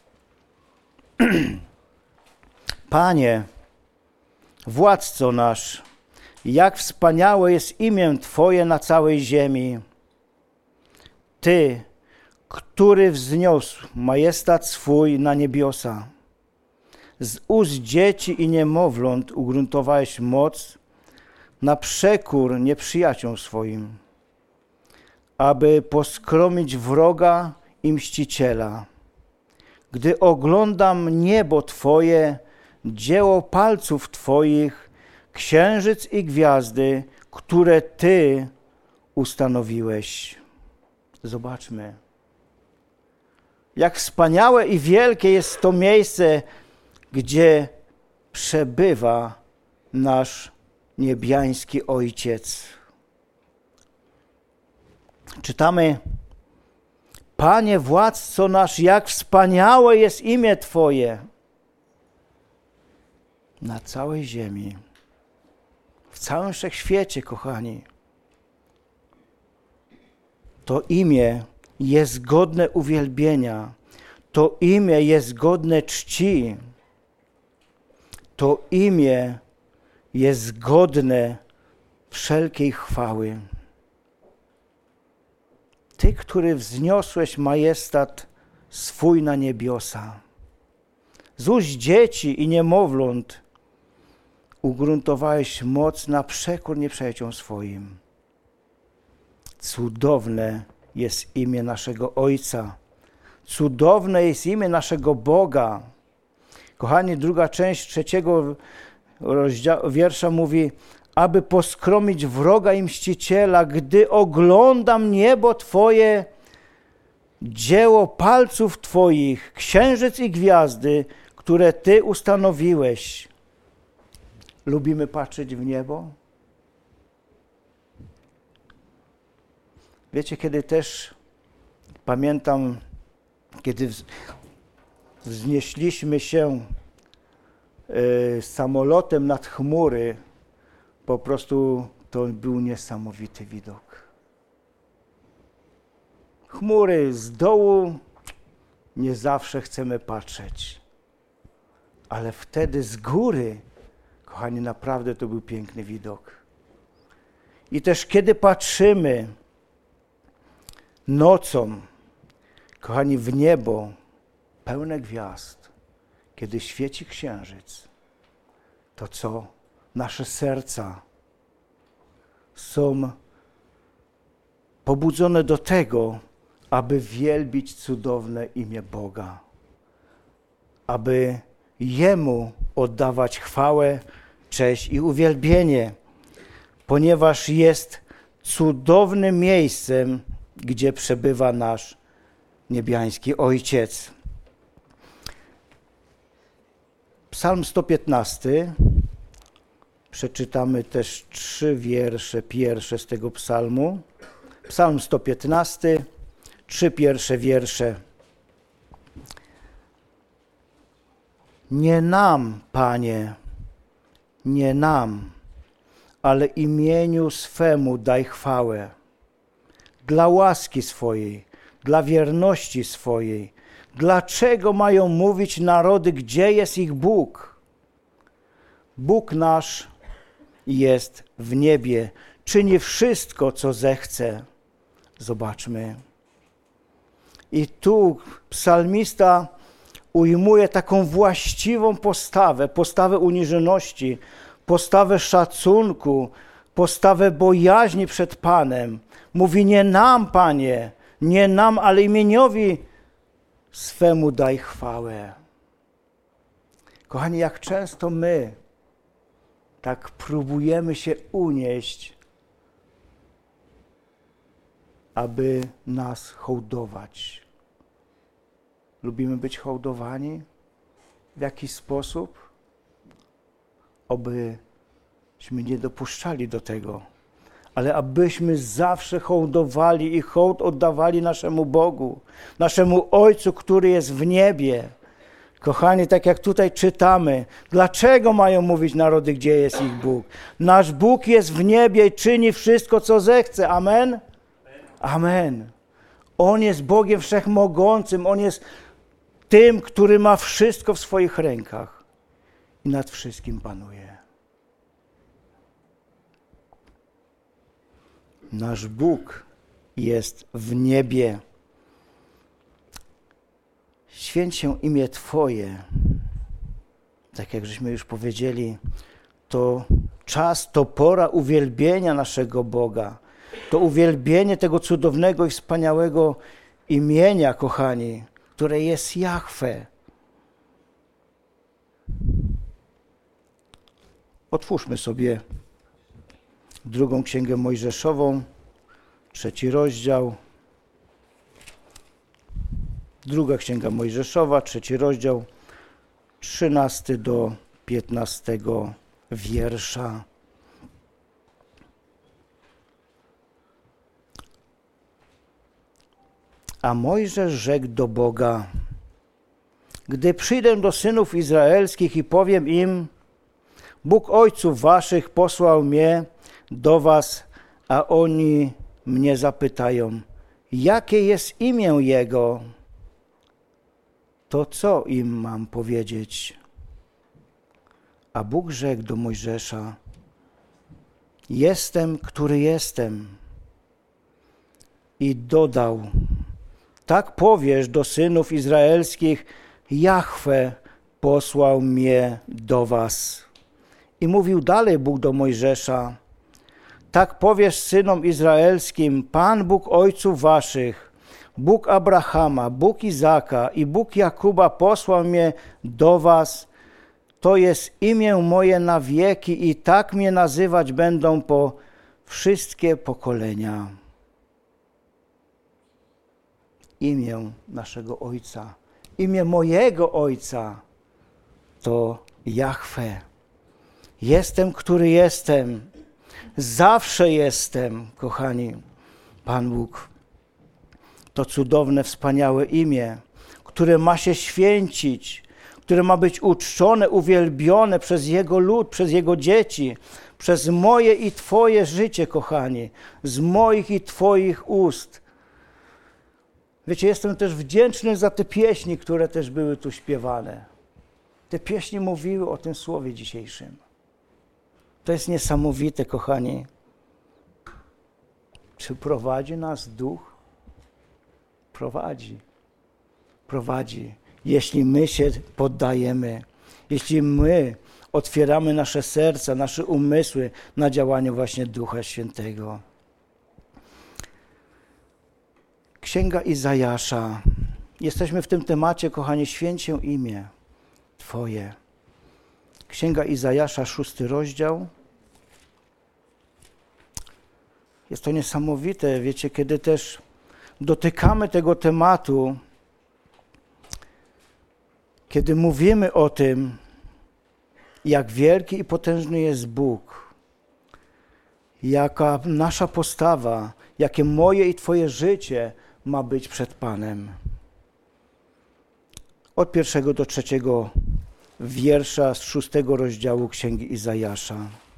Panie, Władco nasz, jak wspaniałe jest imię Twoje na całej ziemi. Ty, który wzniósł majestat swój na niebiosa. Z ust dzieci i niemowląt ugruntowałeś moc na przekór nieprzyjacioł swoim, aby poskromić wroga i mściciela. Gdy oglądam niebo Twoje, dzieło palców Twoich, księżyc i gwiazdy, które Ty ustanowiłeś. Zobaczmy, jak wspaniałe i wielkie jest to miejsce, gdzie przebywa nasz niebiański Ojciec. Czytamy: Panie, Władco nasz, jak wspaniałe jest imię Twoje na całej ziemi, w całym wszechświecie, kochani. To imię jest godne uwielbienia, to imię jest godne czci, to imię jest godne wszelkiej chwały. Ty, który wzniosłeś majestat swój na niebiosa, z ust dzieci i niemowląt ugruntowałeś moc na przekór nieprzyjaciołom swoim. Cudowne jest imię naszego Ojca. Cudowne jest imię naszego Boga. Kochani, druga część 3 wiersza mówi: aby poskromić wroga i mściciela, gdy oglądam niebo Twoje, dzieło palców Twoich, księżyc i gwiazdy, które Ty ustanowiłeś. Lubimy patrzeć w niebo? Wiecie, kiedy też pamiętam, kiedy wznieśliśmy się samolotem nad chmury, po prostu to był niesamowity widok. Chmury z dołu nie zawsze chcemy patrzeć, ale wtedy z góry, kochani, naprawdę to był piękny widok. I też kiedy patrzymy nocą, kochani, w niebo pełne gwiazd, kiedy świeci księżyc, to co? Nasze serca są pobudzone do tego, aby wielbić cudowne imię Boga, aby Jemu oddawać chwałę, cześć i uwielbienie, ponieważ jest cudownym miejscem, gdzie przebywa nasz niebiański Ojciec. Psalm 115. Przeczytamy też 3 wiersze pierwsze z tego psalmu. Psalm 115, 3 pierwsze wiersze. Nie nam, Panie, nie nam, ale imieniu swemu daj chwałę. Dla łaski swojej, dla wierności swojej. Dlaczego mają mówić narody, gdzie jest ich Bóg? Bóg nasz jest w niebie, czyni wszystko, co zechce. Zobaczmy. I tu psalmista ujmuje taką właściwą postawę uniżoności, postawę szacunku, postawę bojaźni przed Panem. Mówi: nie nam, Panie, nie nam, ale imieniowi swemu daj chwałę. Kochani, jak często my tak próbujemy się unieść, aby nas hołdować. Lubimy być hołdowani? W jaki sposób? Obyśmy nie dopuszczali do tego, ale abyśmy zawsze hołdowali i hołd oddawali naszemu Bogu, naszemu Ojcu, który jest w niebie. Kochani, tak jak tutaj czytamy, dlaczego mają mówić narody, gdzie jest ich Bóg? Nasz Bóg jest w niebie i czyni wszystko, co zechce. Amen? Amen. On jest Bogiem Wszechmogącym. On jest tym, który ma wszystko w swoich rękach i nad wszystkim panuje. Nasz Bóg jest w niebie. Święć się imię Twoje. Tak jak żeśmy już powiedzieli, to czas, to pora uwielbienia naszego Boga. To uwielbienie tego cudownego i wspaniałego imienia, kochani, które jest Jahwe. Otwórzmy sobie drugą Księgę Mojżeszową, 3 rozdział. Druga Księga Mojżeszowa, 3 rozdział, 13 do 15 wiersza. A Mojżesz rzekł do Boga: gdy przyjdę do synów izraelskich i powiem im: Bóg ojców waszych posłał mnie do was, a oni mnie zapytają: jakie jest imię Jego? To co im mam powiedzieć? A Bóg rzekł do Mojżesza: jestem, który jestem. I dodał: tak powiesz do synów izraelskich: Jahwe posłał mnie do was. I mówił dalej Bóg do Mojżesza: tak powiesz synom izraelskim: Pan Bóg ojców waszych, Bóg Abrahama, Bóg Izaka i Bóg Jakuba posłał mnie do was. To jest imię moje na wieki i tak mnie nazywać będą po wszystkie pokolenia. Imię naszego Ojca, imię mojego Ojca to Jahwe. Jestem, który jestem. Zawsze jestem, kochani. Pan Bóg to cudowne, wspaniałe imię, które ma się święcić, które ma być uczczone, uwielbione przez Jego lud, przez Jego dzieci, przez moje i Twoje życie, kochani, z moich i Twoich ust. Wiecie, jestem też wdzięczny za te pieśni, które też były tu śpiewane. Te pieśni mówiły o tym słowie dzisiejszym. To jest niesamowite, kochani. Czy prowadzi nas Duch? Prowadzi. Prowadzi. Jeśli my się poddajemy, jeśli my otwieramy nasze serca, nasze umysły na działanie właśnie Ducha Świętego. Księga Izajasza. Jesteśmy w tym temacie, kochani, święć się imię Twoje. Księga Izajasza, 6 rozdział. Jest to niesamowite, wiecie, kiedy też dotykamy tego tematu, kiedy mówimy o tym, jak wielki i potężny jest Bóg, jaka nasza postawa, jakie moje i Twoje życie ma być przed Panem. Od 1 do 3 wiersza z 6 rozdziału Księgi Izajasza.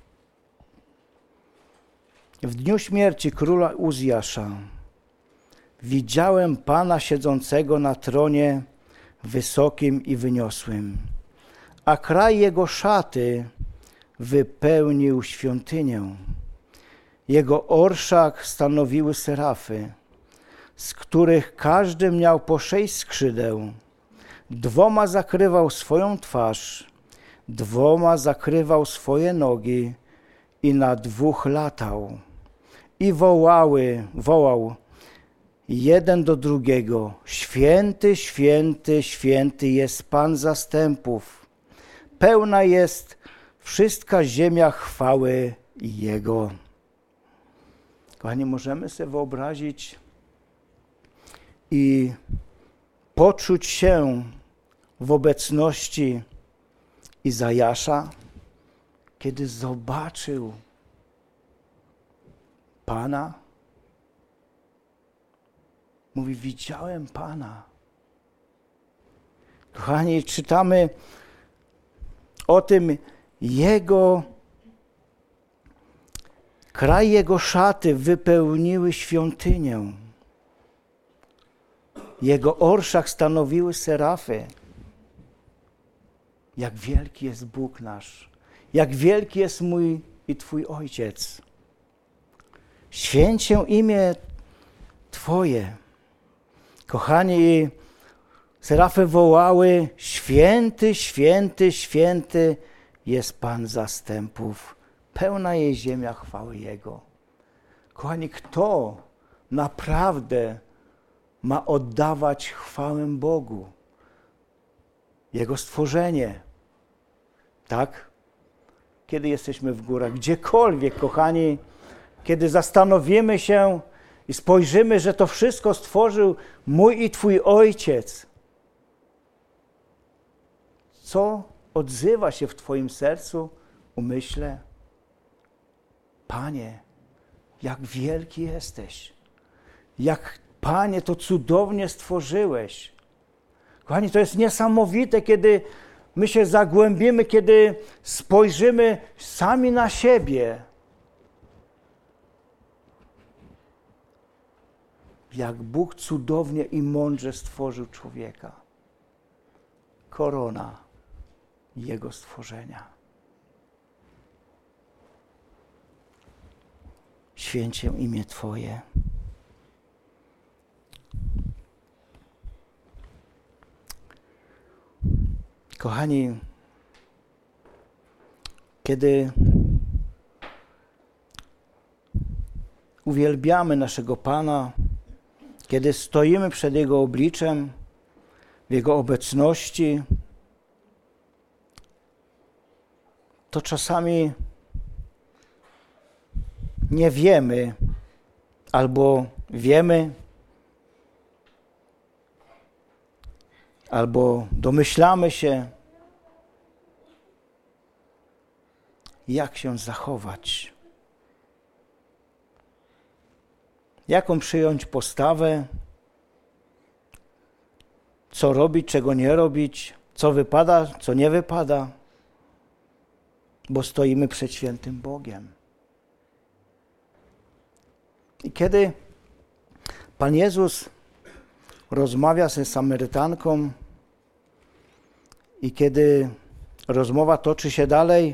W dniu śmierci króla Uzjasza widziałem Pana siedzącego na tronie wysokim i wyniosłym, a kraj jego szaty wypełnił świątynię. Jego orszak stanowiły serafy, z których każdy miał po 6 skrzydeł. 2 zakrywał swoją twarz, 2 zakrywał swoje nogi i na 2 latał. I wołał jeden do drugiego: Święty, święty, święty jest Pan zastępów. Pełna jest wszystka ziemia chwały Jego. Kochani, możemy sobie wyobrazić i poczuć się w obecności Izajasza, kiedy zobaczył Pana. Mówi: widziałem Pana. Kochani, czytamy o tym, kraj jego szaty wypełniły świątynię. Jego orszak stanowiły serafy. Jak wielki jest Bóg nasz, jak wielki jest mój i Twój Ojciec. Święć się imię Twoje. Kochani, serafy wołały: Święty, święty, święty jest Pan zastępów. Pełna jest ziemia chwały Jego. Kochani, kto naprawdę ma oddawać chwałę Bogu? Jego stworzenie. Tak? Kiedy jesteśmy w górach, gdziekolwiek, kochani, kiedy zastanowimy się i spojrzymy, że to wszystko stworzył mój i Twój Ojciec, co odzywa się w Twoim sercu, umyśle? Panie, jak wielki jesteś. Jak, Panie, to cudownie stworzyłeś. Kochani, to jest niesamowite, kiedy my się zagłębimy, kiedy spojrzymy sami na siebie. Jak Bóg cudownie i mądrze stworzył człowieka. Korona Jego stworzenia. Święć się imię Twoje. Kochani, kiedy uwielbiamy naszego Pana, kiedy stoimy przed Jego obliczem, w Jego obecności, to czasami nie wiemy, albo wiemy, albo domyślamy się, jak się zachować, jaką przyjąć postawę, co robić, czego nie robić, co wypada, co nie wypada, bo stoimy przed świętym Bogiem. I kiedy Pan Jezus rozmawia ze Samarytanką i kiedy rozmowa toczy się dalej,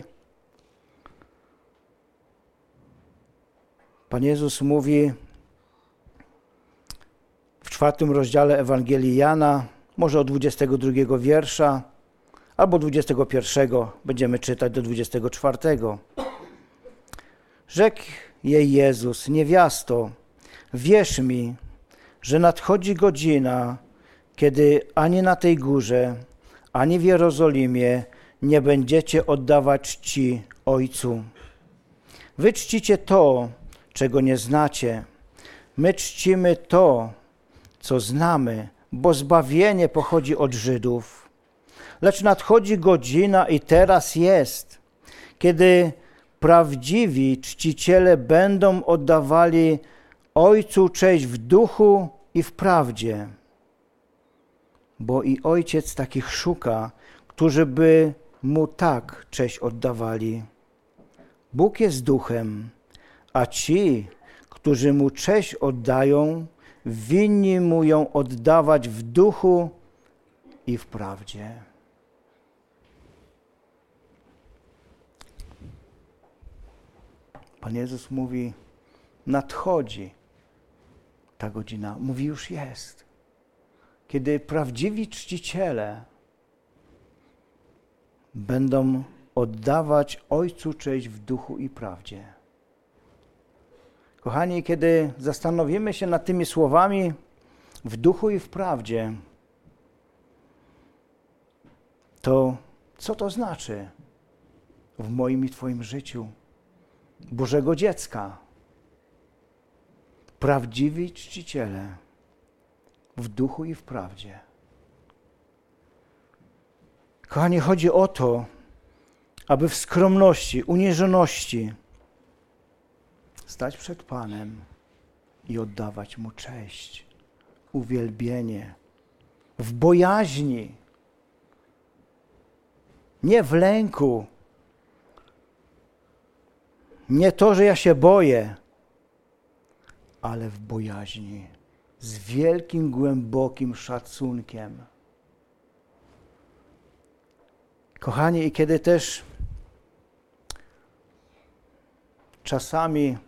Pan Jezus mówi w 4 rozdziale Ewangelii Jana, może od 22 wiersza, albo 21, będziemy czytać do 24. Rzekł jej Jezus: niewiasto, wierz mi, że nadchodzi godzina, kiedy ani na tej górze, ani w Jerozolimie nie będziecie oddawać czci Ojcu. Wy czcicie to, czego nie znacie. My czcimy to, co znamy, bo zbawienie pochodzi od Żydów. Lecz nadchodzi godzina i teraz jest, kiedy prawdziwi czciciele będą oddawali Ojcu cześć w duchu i w prawdzie. Bo i Ojciec takich szuka, którzy by Mu tak cześć oddawali. Bóg jest duchem, a ci, którzy Mu cześć oddają, winni Mu ją oddawać w duchu i w prawdzie. Pan Jezus mówi, nadchodzi ta godzina. Mówi, już jest. Kiedy prawdziwi czciciele będą oddawać Ojcu cześć w duchu i prawdzie. Kochani, kiedy zastanowimy się nad tymi słowami w duchu i w prawdzie, to co to znaczy w moim i Twoim życiu Bożego dziecka? Prawdziwi czciciele w duchu i w prawdzie. Kochani, chodzi o to, aby w skromności, uniżoności stać przed Panem i oddawać Mu cześć, uwielbienie, w bojaźni, nie w lęku, nie to, że ja się boję, ale w bojaźni, z wielkim, głębokim szacunkiem. Kochani, i kiedy też czasami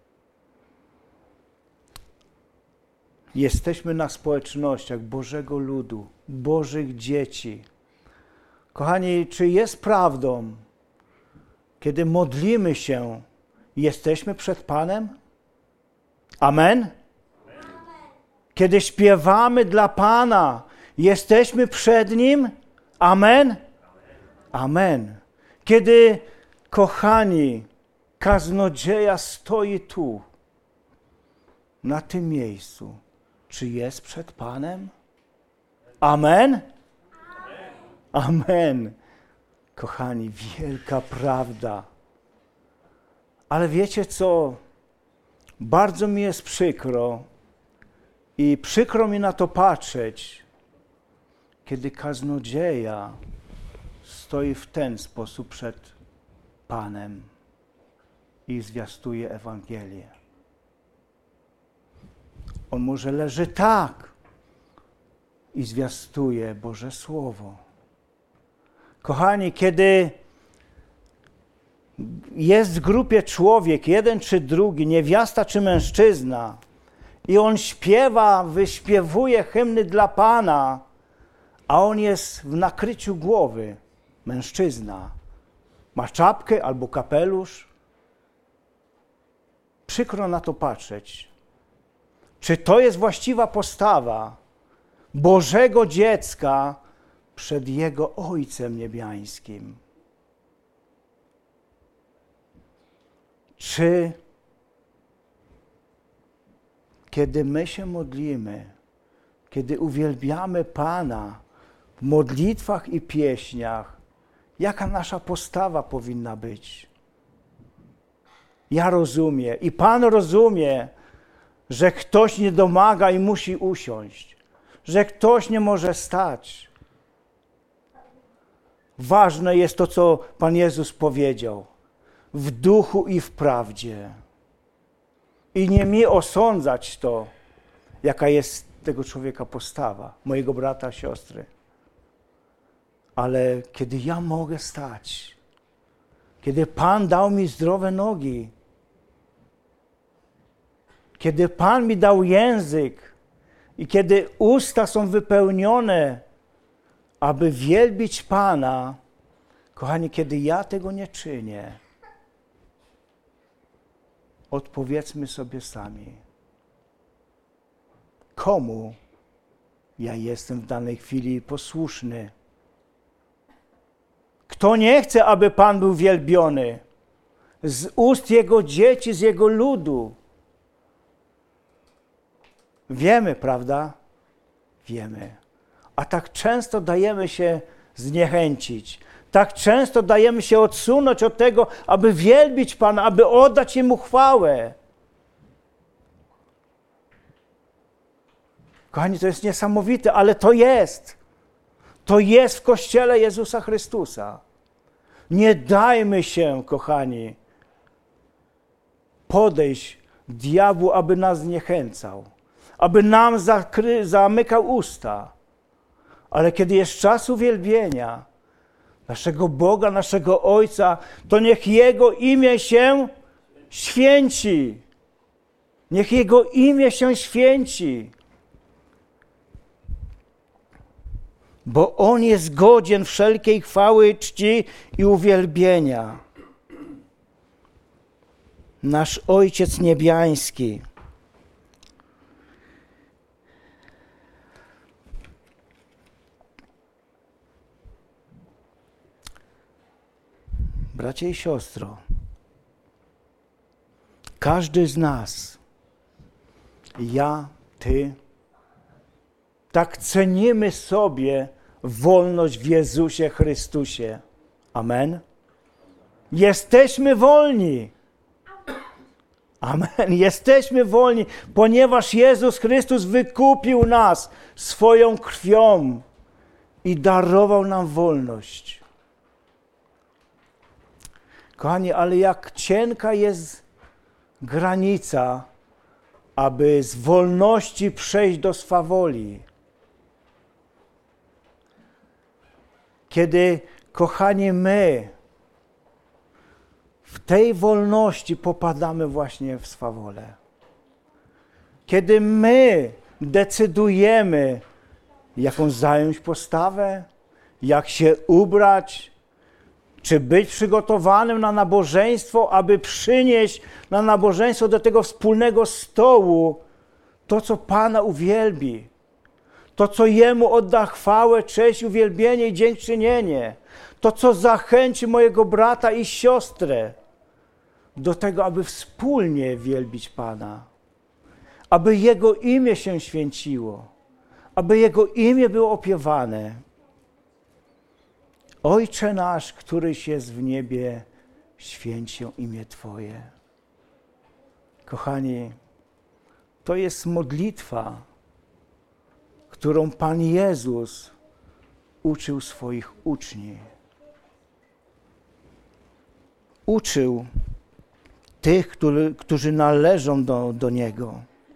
jesteśmy na społecznościach Bożego ludu, Bożych dzieci. Kochani, czy jest prawdą, kiedy modlimy się, jesteśmy przed Panem? Amen? Kiedy śpiewamy dla Pana, jesteśmy przed Nim? Amen? Amen. Kiedy, kochani, kaznodzieja stoi tu, na tym miejscu, czy jest przed Panem? Amen? Amen. Kochani, wielka prawda. Ale wiecie co? Bardzo mi jest przykro i przykro mi na to patrzeć, kiedy kaznodzieja stoi w ten sposób przed Panem i zwiastuje Ewangelię. On może leży tak i zwiastuje Boże Słowo. Kochani, kiedy jest w grupie człowiek, jeden czy drugi, niewiasta czy mężczyzna, i on śpiewa, wyśpiewuje hymny dla Pana, a on jest w nakryciu głowy, mężczyzna, ma czapkę albo kapelusz. Przykro na to patrzeć. Czy to jest właściwa postawa Bożego dziecka przed Jego Ojcem Niebiańskim? Czy kiedy my się modlimy, kiedy uwielbiamy Pana w modlitwach i pieśniach, jaka nasza postawa powinna być? Ja rozumiem i Pan rozumie, że ktoś nie domaga i musi usiąść, że ktoś nie może stać. Ważne jest to, co Pan Jezus powiedział, w duchu i w prawdzie. I nie mi osądzać to, jaka jest tego człowieka postawa, mojego brata, siostry. Ale kiedy ja mogę stać, kiedy Pan dał mi zdrowe nogi, kiedy Pan mi dał język i kiedy usta są wypełnione, aby wielbić Pana, kochani, kiedy ja tego nie czynię, odpowiedzmy sobie sami, komu ja jestem w danej chwili posłuszny. Kto nie chce, aby Pan był wielbiony z ust Jego dzieci, z Jego ludu. Wiemy, prawda? Wiemy. A tak często dajemy się zniechęcić. Tak często dajemy się odsunąć od tego, aby wielbić Pana, aby oddać Jemu chwałę. Kochani, to jest niesamowite, ale to jest. To jest w Kościele Jezusa Chrystusa. Nie dajmy się, kochani, podejść diabłu, aby nas zniechęcał, aby nam zamykał usta. Ale kiedy jest czas uwielbienia naszego Boga, naszego Ojca, to niech Jego imię się święci. Niech Jego imię się święci. Bo On jest godzien wszelkiej chwały, czci i uwielbienia. Nasz Ojciec Niebiański. Bracie i siostro, każdy z nas, ja, ty, tak cenimy sobie wolność w Jezusie Chrystusie. Amen. Jesteśmy wolni. Amen. Jesteśmy wolni, ponieważ Jezus Chrystus wykupił nas swoją krwią i darował nam wolność. Kochani, ale jak cienka jest granica, aby z wolności przejść do swawoli. Kiedy, kochani, my w tej wolności popadamy właśnie w swawolę. Kiedy my decydujemy, jaką zająć postawę, jak się ubrać, czy być przygotowanym na nabożeństwo, aby przynieść na nabożeństwo do tego wspólnego stołu to, co Pana uwielbi, to, co Jemu odda chwałę, cześć, uwielbienie i dziękczynienie, to, co zachęci mojego brata i siostrę do tego, aby wspólnie wielbić Pana, aby Jego imię się święciło, aby Jego imię było opiewane. Ojcze nasz, któryś jest w niebie, święć się imię Twoje. Kochani, to jest modlitwa, którą Pan Jezus uczył swoich uczniów. Uczył tych, którzy należą do Niego.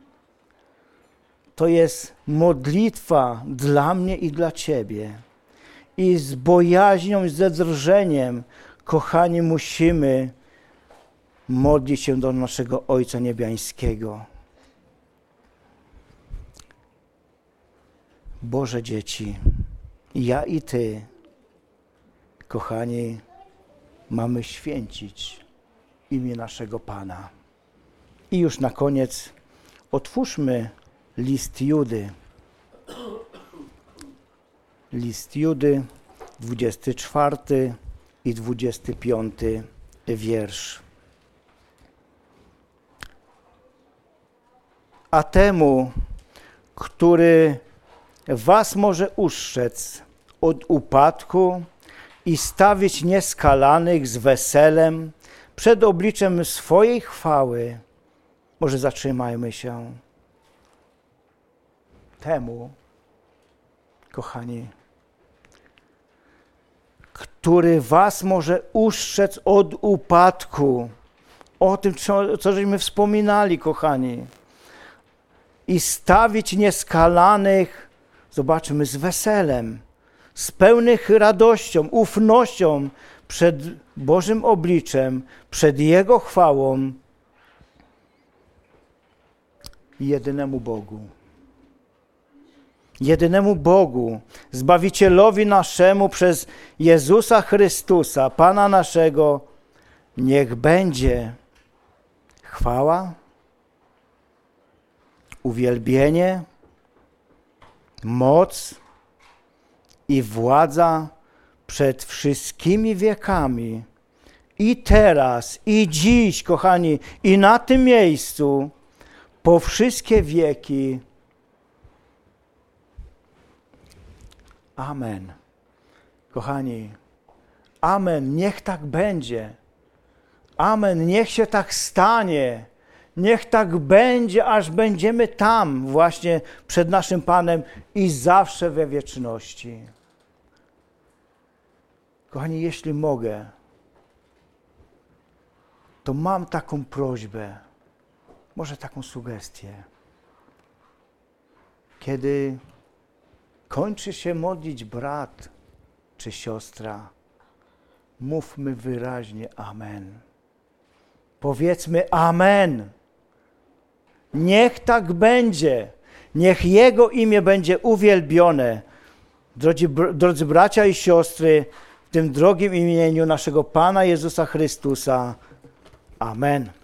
To jest modlitwa dla mnie i dla Ciebie. I z bojaźnią, ze drżeniem, kochani, musimy modlić się do naszego Ojca Niebiańskiego. Boże dzieci, ja i Ty, kochani, mamy święcić imię naszego Pana. I już na koniec otwórzmy list Judy. List Judy, 24 i 25 wiersz. A temu, który was może ustrzec od upadku i stawić nieskalanych z weselem przed obliczem swojej chwały. Może zatrzymajmy się. Temu, kochani, który was może ustrzec od upadku. O tym, co żeśmy wspominali, kochani. I stawić nieskalanych, zobaczmy, z weselem, z pełnych radością, ufnością przed Bożym obliczem, przed Jego chwałą, jedynemu Bogu. Jedynemu Bogu, Zbawicielowi naszemu przez Jezusa Chrystusa, Pana naszego, niech będzie chwała, uwielbienie, moc i władza przed wszystkimi wiekami. I teraz, i dziś, kochani, i na tym miejscu, po wszystkie wieki. Amen. Kochani, amen, niech tak będzie. Amen, niech się tak stanie. Niech tak będzie, aż będziemy tam właśnie przed naszym Panem i zawsze we wieczności. Kochani, jeśli mogę, to mam taką prośbę, może taką sugestię. Kiedy kończy się modlić brat czy siostra, mówmy wyraźnie amen. Powiedzmy amen. Niech tak będzie. Niech Jego imię będzie uwielbione. Drodzy bracia i siostry, w tym drogim imieniu naszego Pana Jezusa Chrystusa. Amen.